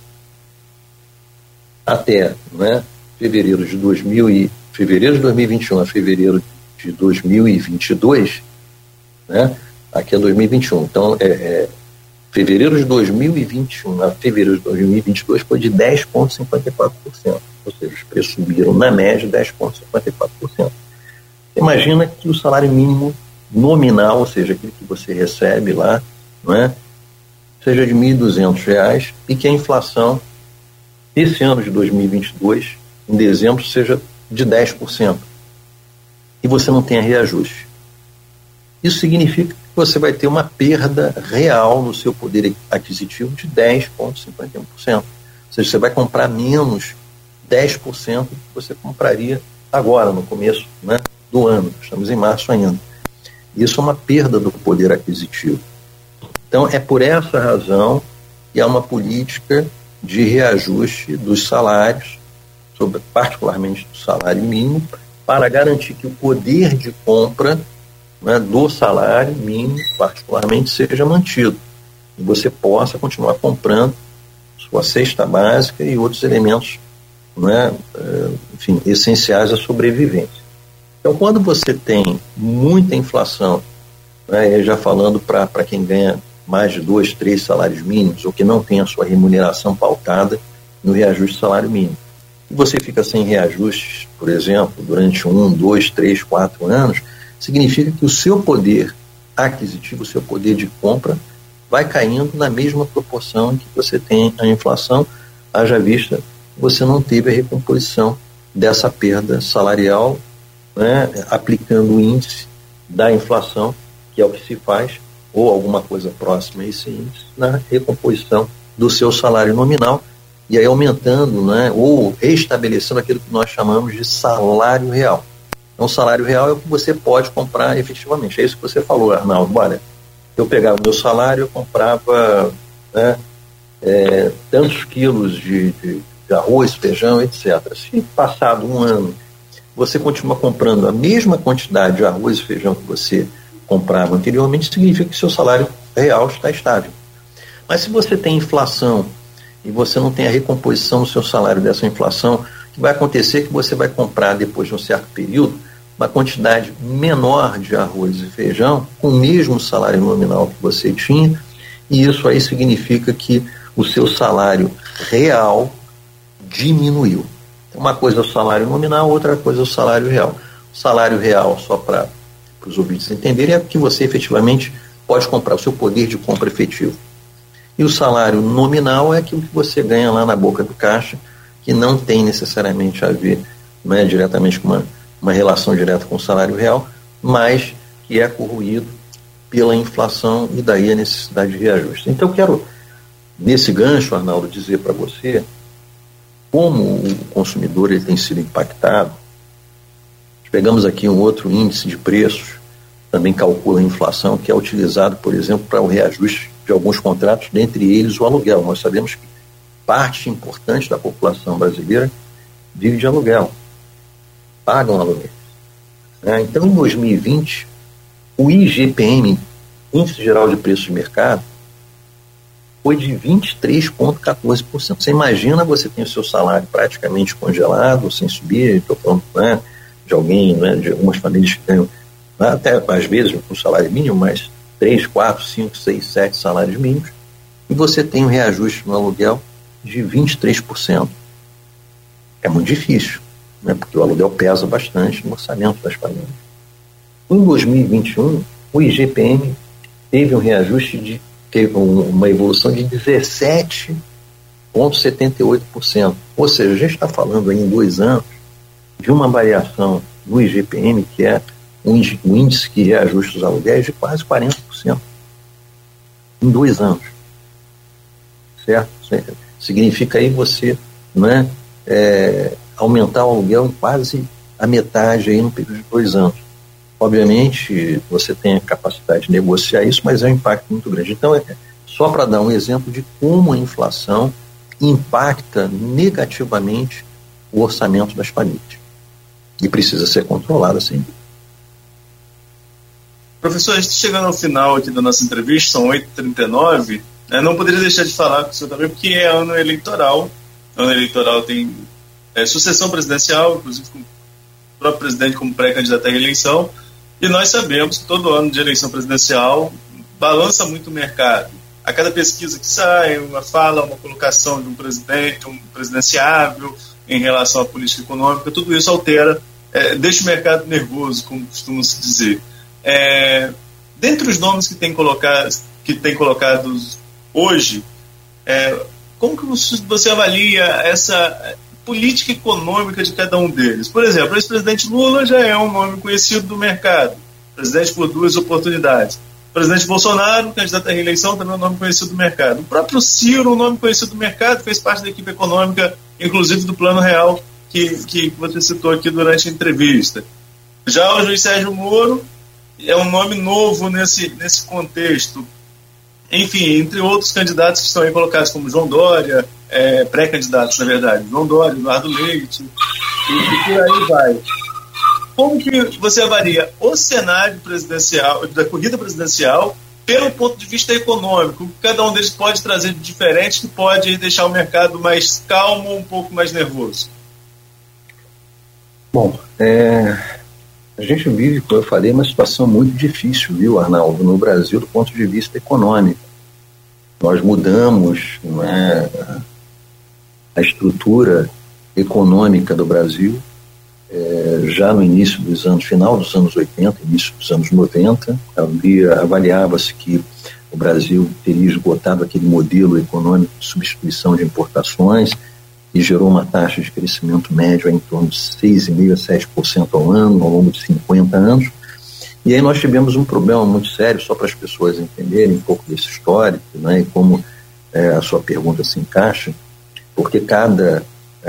até, né, fevereiro de dois mil e fevereiro de dois mil e vinte e um a fevereiro de dois mil e vinte e dois, né? Aqui é dois mil e vinte e um, então é, é, fevereiro de dois mil e vinte e um a fevereiro de dois mil e vinte e dois foi de dez vírgula cinquenta e quatro por cento, ou seja, os preços subiram na média dez vírgula cinquenta e quatro por cento. Imagina que o salário mínimo nominal, ou seja, aquilo que você recebe lá, não é, seja de mil e duzentos reais e que a inflação esse ano de dois mil e vinte e dois, em dezembro, seja de dez por cento e você não tenha reajuste. Isso significa que você vai ter uma perda real no seu poder aquisitivo de dez vírgula cinquenta e um por cento. Ou seja, você vai comprar menos dez por cento do que você compraria agora, no começo, né, do ano. Estamos em março ainda. Isso é uma perda do poder aquisitivo. Então, é por essa razão que há uma política de reajuste dos salários, sobre, particularmente do salário mínimo, para garantir que o poder de compra né, do salário mínimo, particularmente, seja mantido. E você possa continuar comprando sua cesta básica e outros elementos, né, enfim, essenciais à sobrevivência. Então, quando você tem muita inflação, né, já falando para quem ganha mais de dois, três salários mínimos, ou que não tem a sua remuneração pautada no reajuste do salário mínimo, e você fica sem reajustes, por exemplo, durante um, dois, três, quatro anos, significa que o seu poder aquisitivo, o seu poder de compra, vai caindo na mesma proporção que você tem a inflação, haja vista que você não teve a recomposição dessa perda salarial, né, aplicando o índice da inflação, que é o que se faz, ou alguma coisa próxima a esse índice, na recomposição do seu salário nominal, e aí aumentando, né, ou restabelecendo aquilo que nós chamamos de salário real. Então, o salário real é o que você pode comprar efetivamente. É isso que você falou, Arnaldo. Olha, eu pegava o meu salário, eu comprava, né, é, tantos quilos de, de, de arroz, feijão, etcétera. Se passado um ano você continua comprando a mesma quantidade de arroz e feijão que você comprava anteriormente, significa que seu salário real está estável. Mas se você tem inflação e você não tem a recomposição do seu salário dessa inflação, o que vai acontecer é que você vai comprar, depois de um certo período, uma quantidade menor de arroz e feijão com o mesmo salário nominal que você tinha, e isso aí significa que o seu salário real diminuiu. Uma coisa é o salário nominal, outra coisa é o salário real. O salário real, só para os ouvintes entenderem, é que você efetivamente pode comprar, o seu poder de compra efetivo. E o salário nominal é aquilo que você ganha lá na boca do caixa, que não tem necessariamente a ver, não é diretamente com uma, uma relação direta com o salário real, mas que é corroído pela inflação e daí a necessidade de reajuste. Então eu quero, nesse gancho, Arnaldo, dizer para você como o consumidor ele tem sido impactado. Pegamos aqui um outro índice de preços, também calcula a inflação, que é utilizado, por exemplo, para o reajuste de alguns contratos, dentre eles o aluguel. Nós sabemos que parte importante da população brasileira vive de aluguel, pagam aluguel. É, então, em dois mil e vinte, o I G P M, Índice Geral de Preços de Mercado, foi de vinte e três vírgula quatorze por cento. Você imagina, você tem o seu salário praticamente congelado, sem subir, estou falando, né, de alguém, né, de algumas famílias que ganham, até às vezes com salário mínimo, mas três, quatro, cinco, seis, sete salários mínimos, e você tem um reajuste no aluguel de vinte e três por cento. É muito difícil, né, porque o aluguel pesa bastante no orçamento das famílias. Em dois mil e vinte e um, o I G P M teve um reajuste de teve uma evolução de dezessete vírgula setenta e oito por cento. Ou seja, a gente está falando aí em dois anos de uma variação no I G P M, que é o índice que reajusta os aluguéis, de quase quarenta por cento. Em dois anos. Certo? Significa aí você, né, é, aumentar o aluguel em quase a metade aí no período de dois anos. Obviamente, você tem a capacidade de negociar isso, mas é um impacto muito grande. Então, é só para dar um exemplo de como a inflação impacta negativamente o orçamento das famílias. E precisa ser controlada, sim. Professor, a gente chegando ao final aqui da nossa entrevista, são oito e trinta e nove, né, não poderia deixar de falar com o senhor também, porque é ano eleitoral. Ano eleitoral tem é, sucessão presidencial, inclusive com o próprio presidente como pré-candidato à reeleição. E nós sabemos que todo ano de eleição presidencial balança muito o mercado. A cada pesquisa que sai, uma fala, uma colocação de um presidente, um presidenciável em relação à política econômica, tudo isso altera, é, deixa o mercado nervoso, como costuma se dizer. É, dentre os nomes que tem colocado, que tem colocados hoje, é, como que você avalia essa política econômica de cada um deles? Por exemplo, o ex-presidente Lula já é um nome conhecido do mercado, presidente por duas oportunidades. O presidente Bolsonaro, candidato à reeleição, também é um nome conhecido do mercado. O próprio Ciro, um nome conhecido do mercado, fez parte da equipe econômica, inclusive do Plano Real, que, que você citou aqui durante a entrevista. Já o juiz Sérgio Moro é um nome novo nesse, nesse contexto. Enfim, entre outros candidatos que estão aí colocados, como João Dória, é, pré-candidatos, na verdade, João Dória, Eduardo Leite, e, e por aí vai. como que você avalia o cenário presidencial, da corrida presidencial, pelo ponto de vista econômico? O que cada um deles pode trazer de diferente que pode deixar o mercado mais calmo, um pouco mais nervoso? Bom, é, a gente vive, como eu falei, uma situação muito difícil, viu, Arnaldo, no Brasil do ponto de vista econômico. Nós mudamos, não é, a estrutura econômica do Brasil é, já no início dos anos, final dos anos oitenta, início dos anos noventa, havia, avaliava-se que o Brasil teria esgotado aquele modelo econômico de substituição de importações e gerou uma taxa de crescimento médio em torno de seis vírgula cinco por cento a sete por cento ao ano, ao longo de cinquenta anos. E aí nós tivemos um problema muito sério, só para as pessoas entenderem um pouco desse histórico, né, e como é, a sua pergunta se encaixa, porque cada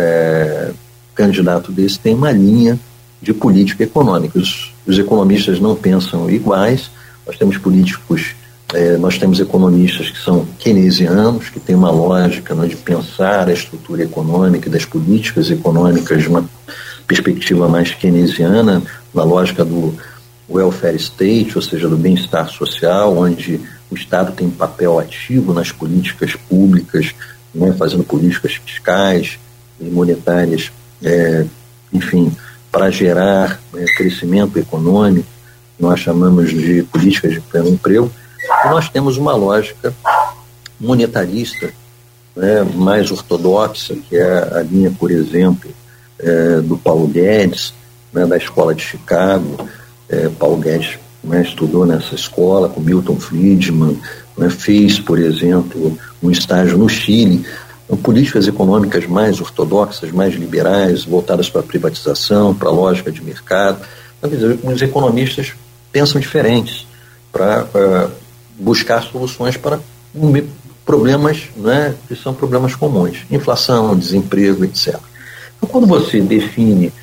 é, candidato desse tem uma linha de política econômica. Os, os economistas não pensam iguais, nós temos políticos, é, nós temos economistas que são keynesianos, que têm uma lógica, né, de pensar a estrutura econômica e das políticas econômicas de uma perspectiva mais keynesiana, na lógica do welfare state, ou seja, do bem-estar social, onde o Estado tem um papel ativo nas políticas públicas, né, fazendo políticas fiscais e monetárias, é, enfim, para gerar é, crescimento econômico, nós chamamos de políticas de pleno emprego. E nós temos uma lógica monetarista, né, mais ortodoxa, que é a linha, por exemplo, é, do Paulo Guedes, né, da Escola de Chicago. É, Paulo Guedes, né, estudou nessa escola com Milton Friedman, né, fez, por exemplo, um estágio no Chile. Então, políticas econômicas mais ortodoxas, mais liberais, voltadas para a privatização, para a lógica de mercado. Então, quer dizer, os economistas pensam diferentes para uh, buscar soluções para um, problemas, né, que são problemas comuns, inflação, desemprego, etcétera. Então, quando você define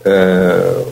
uh,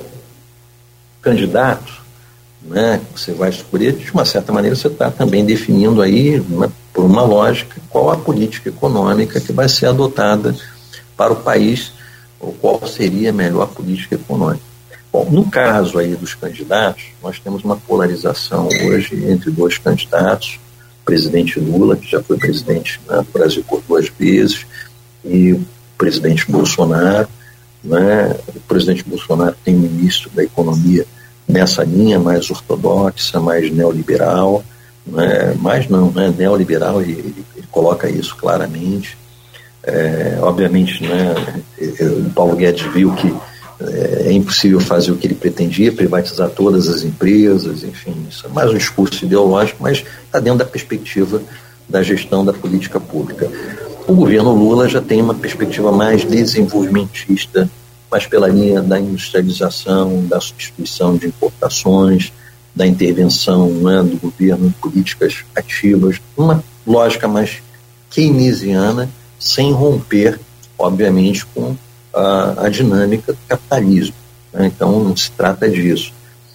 candidato, né, você vai escolher, de uma certa maneira você está também definindo aí, né, por uma lógica, qual a política econômica que vai ser adotada para o país, ou qual seria a melhor política econômica. Bom, no caso aí dos candidatos, nós temos uma polarização hoje entre dois candidatos, o presidente Lula, que já foi presidente, né, do Brasil por duas vezes, e o presidente Bolsonaro, né. O presidente Bolsonaro tem um ministro da Economia nessa linha mais ortodoxa, mais neoliberal, né, mais não, né, neoliberal, ele, ele, ele coloca isso claramente. É, obviamente, né, o Paulo Guedes viu que é impossível fazer o que ele pretendia, privatizar todas as empresas, enfim, isso é mais um discurso ideológico, mas está dentro da perspectiva da gestão da política pública. O governo Lula já tem uma perspectiva mais desenvolvimentista, mais pela linha da industrialização, da substituição de importações, da intervenção, né, do governo em políticas ativas, uma lógica mais keynesiana, sem romper, obviamente, com a, a dinâmica do capitalismo, né? Então não se trata disso.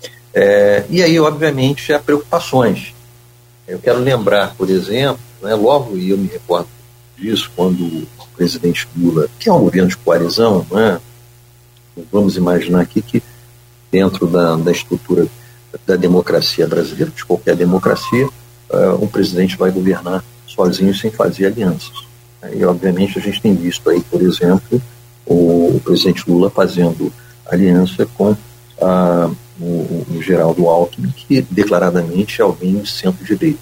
É, e aí, obviamente, há preocupações. Eu quero lembrar, por exemplo, né, logo, e eu me recordo disso, quando o presidente Lula, que é um governo de coalizão, né, vamos imaginar aqui que dentro da, da estrutura da democracia brasileira, de qualquer democracia, uh, um presidente vai governar sozinho sem fazer alianças. E, obviamente, a gente tem visto aí, por exemplo, o, o presidente Lula fazendo aliança com uh, o, o Geraldo Alckmin, que declaradamente é alguém de centro-direita.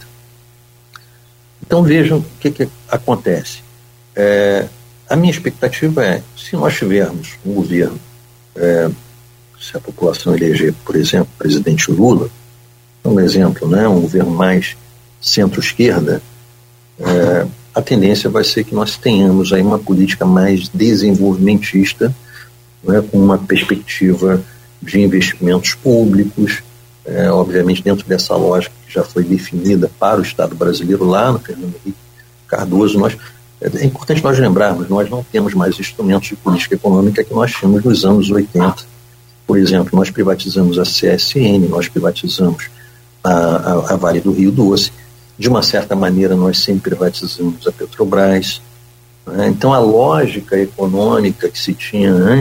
Então, vejam o que, que acontece. É, a minha expectativa é, se nós tivermos um governo, é, se a população eleger, por exemplo, o presidente Lula, um exemplo, né, um governo mais centro-esquerda, é, a tendência vai ser que nós tenhamos aí uma política mais desenvolvimentista, né, com uma perspectiva de investimentos públicos, é, obviamente dentro dessa lógica que já foi definida para o Estado brasileiro lá no Fernando Henrique Cardoso. Nós, é importante nós lembrarmos, nós não temos mais instrumentos de política econômica que nós tínhamos nos anos oitenta. Por exemplo, nós privatizamos a C S N, nós privatizamos a, a, a Vale do Rio Doce, de uma certa maneira nós sempre privatizamos a Petrobras, né? Então a lógica econômica que se tinha antes,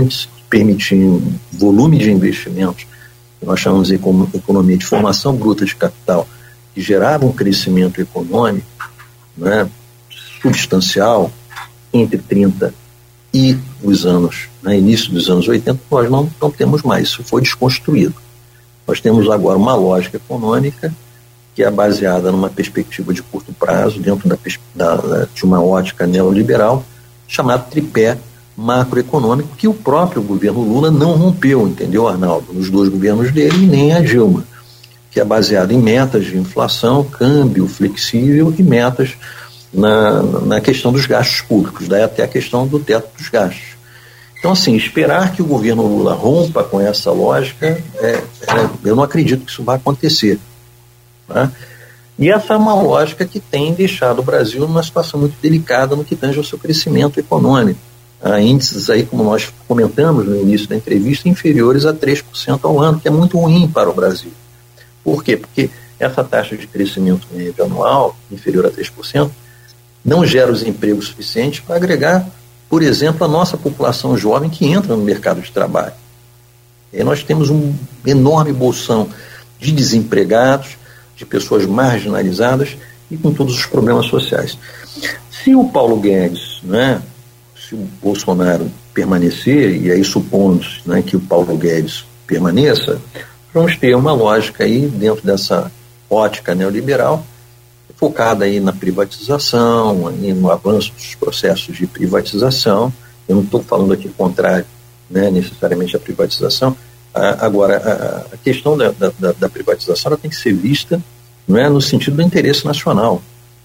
permitir um volume de investimentos, que nós chamamos de economia de formação bruta de capital, que gerava um crescimento econômico, né, substancial entre trinta e os anos, né, início dos anos oitenta, nós não, não temos mais, isso foi desconstruído. Nós temos agora uma lógica econômica que é baseada numa perspectiva de curto prazo, dentro da, da, de uma ótica neoliberal, chamado tripé macroeconômico, que o próprio governo Lula não rompeu, entendeu, Arnaldo? Nos dois governos dele, nem a Dilma, que é baseado em metas de inflação, câmbio flexível e metas na, na questão dos gastos públicos, daí até a questão do teto dos gastos. Então, assim, esperar que o governo Lula rompa com essa lógica, é, é, eu não acredito que isso vai acontecer. Tá? E essa é uma lógica que tem deixado o Brasil numa situação muito delicada no que tange ao seu crescimento econômico. Há índices aí, como nós comentamos no início da entrevista, inferiores a três por cento ao ano, que é muito ruim para o Brasil. Por quê? Porque essa taxa de crescimento médio anual, inferior a três por cento, não gera os empregos suficientes para agregar, por exemplo, a nossa população jovem que entra no mercado de trabalho. E aí nós temos um enorme bolsão de desempregados, de pessoas marginalizadas e com todos os problemas sociais. Se o Paulo Guedes, né, se o Bolsonaro permanecer, e aí supondo, né, que o Paulo Guedes permaneça, vamos ter uma lógica aí dentro dessa ótica neoliberal, focada aí na privatização, aí no avanço dos processos de privatização. Eu não estou falando aqui contrário, né, necessariamente à privatização. Ah, agora, a, a questão da, da, da privatização ela tem que ser vista, não é, no sentido do interesse nacional.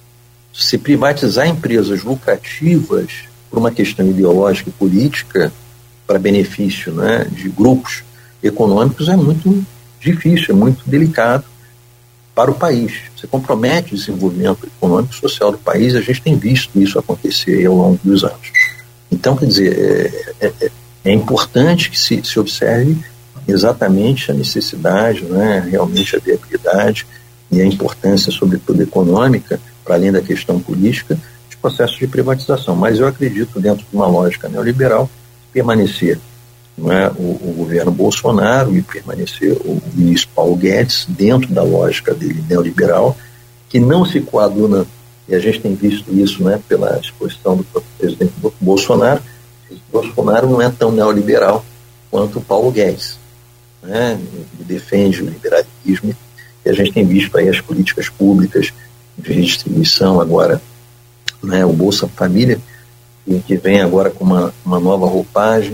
Se privatizar empresas lucrativas por uma questão ideológica e política para benefício, né, de grupos econômicos é muito difícil, é muito delicado para o país. Você compromete o desenvolvimento econômico e social do país, a gente tem visto isso acontecer ao longo dos anos. Então, quer dizer, é, é, é importante que se, se observe exatamente a necessidade, né, realmente a viabilidade e a importância, sobretudo econômica, para além da questão política, de processos de privatização. Mas eu acredito, dentro de uma lógica neoliberal, permanecer, não é, o, o governo Bolsonaro e permanecer o ministro Paulo Guedes dentro da lógica dele neoliberal, que não se coaduna, e a gente tem visto isso, né, pela exposição do presidente Bolsonaro. O Bolsonaro não é tão neoliberal quanto o Paulo Guedes, né, ele defende o liberalismo, e a gente tem visto aí as políticas públicas de redistribuição agora, né, o Bolsa Família, que vem agora com uma, uma nova roupagem.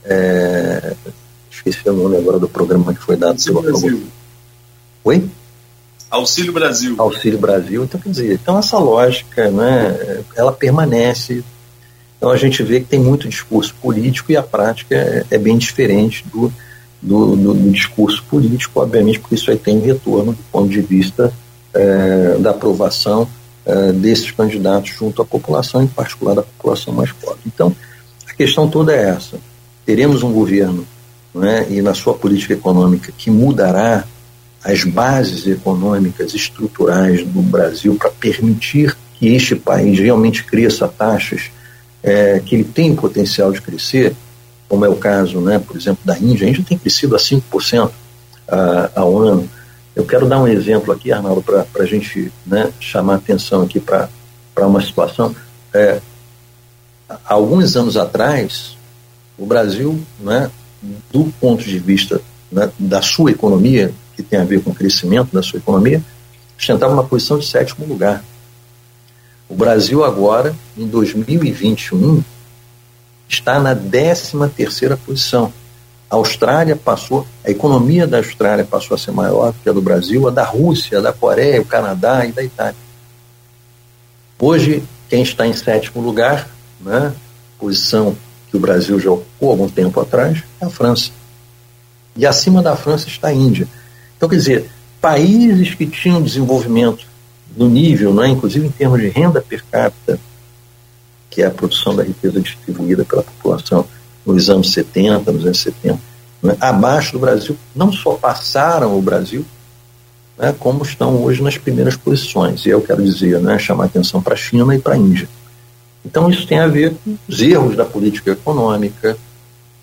É, esqueci o nome agora do programa que foi dado Auxílio pelo Brasil. Oi? Auxílio Brasil. Auxílio Brasil. Então, quer dizer, então essa lógica, né, ela permanece. Então a gente vê que tem muito discurso político e a prática é, é bem diferente do, do, do, do discurso político, obviamente, porque isso aí tem retorno do ponto de vista é, da aprovação é, desses candidatos junto à população, em particular da população mais pobre. Então, a questão toda é essa. Teremos um governo, né, e na sua política econômica que mudará as bases econômicas estruturais do Brasil para permitir que este país realmente cresça a taxas é, que ele tem potencial de crescer, como é o caso, né, por exemplo, da Índia. A Índia tem crescido a cinco por cento a, ao ano. Eu quero dar um exemplo aqui, Arnaldo, para a gente, né, chamar a atenção aqui para uma situação. É, há alguns anos atrás, o Brasil, né, do ponto de vista, né, da sua economia, que tem a ver com o crescimento da sua economia, ostentava uma posição de sétimo lugar. O Brasil agora, em dois mil e vinte e um, está na décima terceira posição. A Austrália passou, a economia da Austrália passou a ser maior do que a do Brasil, a da Rússia, a da Coreia, o Canadá e da Itália. Hoje, quem está em sétimo lugar, né, posição que o Brasil já ocupou algum tempo atrás, é a França. E acima da França está a Índia. Então, quer dizer, países que tinham desenvolvimento no nível, né, inclusive em termos de renda per capita, que é a produção da riqueza distribuída pela população nos anos setenta, nos anos setenta, né, abaixo do Brasil, não só passaram o Brasil, né, como estão hoje nas primeiras posições. E eu quero dizer, né, chamar atenção para a China e para a Índia. Então isso tem a ver com os erros da política econômica,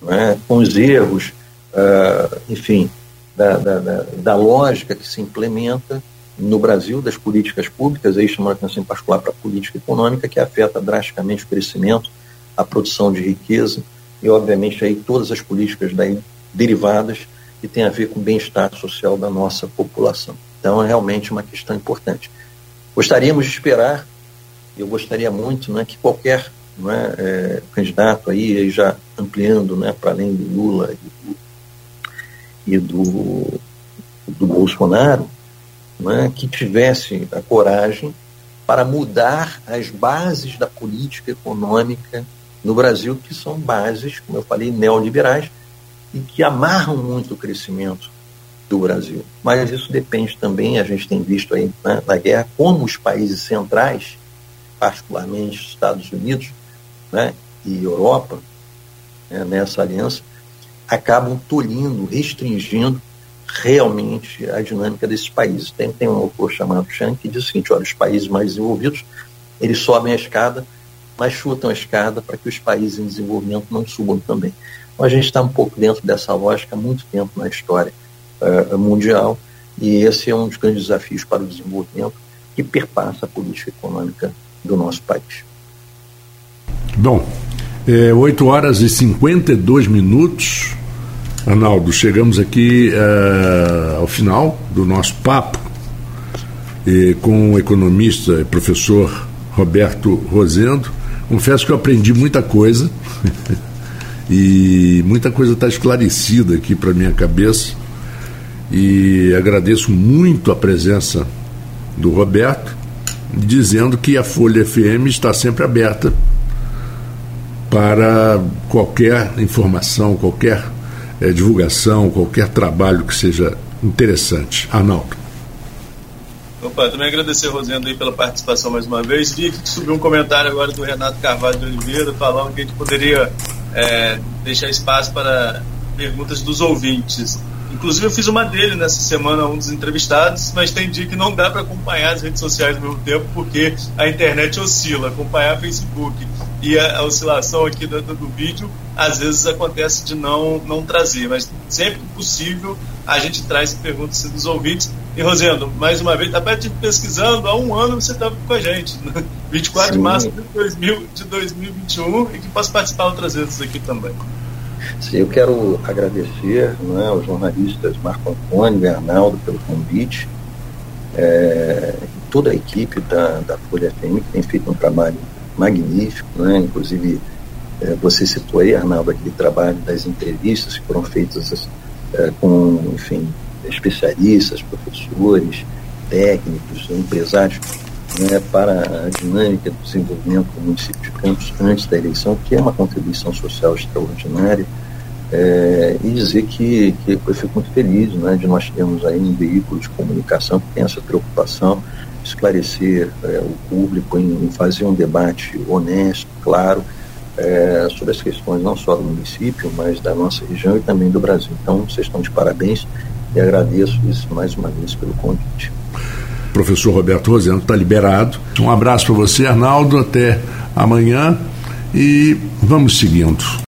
né, com os erros, uh, enfim, da, da, da, da lógica que se implementa no Brasil das políticas públicas, aí chamando a atenção em particular para a política econômica, que afeta drasticamente o crescimento, a produção de riqueza e, obviamente, aí todas as políticas daí derivadas que tem a ver com o bem-estar social da nossa população. Então, é realmente uma questão importante. Gostaríamos de esperar, eu gostaria muito, né, que qualquer não é, é, candidato aí, aí já ampliando, né, para além do Lula e do, e do, do Bolsonaro, não é, que tivesse a coragem para mudar as bases da política econômica no Brasil, que são bases, como eu falei, neoliberais, e que amarram muito o crescimento do Brasil. Mas isso depende também, a gente tem visto aí, né, na guerra, como os países centrais, particularmente os Estados Unidos, né, e Europa, né, nessa aliança, acabam tolhindo, restringindo realmente a dinâmica desses países. Tem, tem um autor chamado Chan que diz o seguinte: olha, os países mais desenvolvidos, eles sobem a escada, mas chutam a escada para que os países em desenvolvimento não subam também. Então a gente está um pouco dentro dessa lógica há muito tempo na história uh, mundial, e esse é um dos grandes desafios para o desenvolvimento que perpassa a política econômica do nosso país. Bom, é, oito horas e cinquenta e dois minutos. Arnaldo, chegamos aqui uh, ao final do nosso papo e com o economista e professor Roberto Rosendo. Confesso que eu aprendi muita coisa e muita coisa está esclarecida aqui para minha cabeça, e agradeço muito a presença do Roberto, dizendo que a Folha F M está sempre aberta para qualquer informação, qualquer é, divulgação, qualquer trabalho que seja interessante. Arnaldo. Opa, também agradecer, Rosendo, aí pela participação mais uma vez. Vi que subiu um comentário agora do Renato Carvalho de Oliveira, falando que a gente poderia é, deixar espaço para perguntas dos ouvintes. Inclusive eu fiz uma dele nessa semana a um dos entrevistados, mas tem dia que não dá para acompanhar as redes sociais ao mesmo tempo, porque a internet oscila. Acompanhar Facebook e a, a oscilação aqui do, do vídeo, às vezes acontece de não, não trazer, mas sempre que possível a gente traz perguntas dos ouvintes. E, Rosendo, mais uma vez, até te pesquisando, há um ano você estava com a gente, né? vinte e quatro Sim. de março de, dois mil, de dois mil e vinte e um, e que posso participar outras vezes aqui também. Sim, eu quero agradecer, né, aos jornalistas Marco Antônio e Arnaldo pelo convite, é, toda a equipe da, da Folha F M, que tem feito um trabalho magnífico, né? Inclusive é, você citou aí, Arnaldo, aquele trabalho das entrevistas que foram feitas é, com, enfim, especialistas, professores, técnicos, empresários, né, para a dinâmica do desenvolvimento do município de Campos antes da eleição, que é uma contribuição social extraordinária, é, e dizer que, que eu fico muito feliz, né, de nós termos aí um veículo de comunicação que tem essa preocupação, esclarecer é, o público, em, em fazer um debate honesto, claro, é, sobre as questões não só do município, mas da nossa região e também do Brasil. Então, vocês estão de parabéns e agradeço isso mais uma vez pelo convite. Professor Roberto Rosendo está liberado. Um abraço para você, Arnaldo, até amanhã, e vamos seguindo.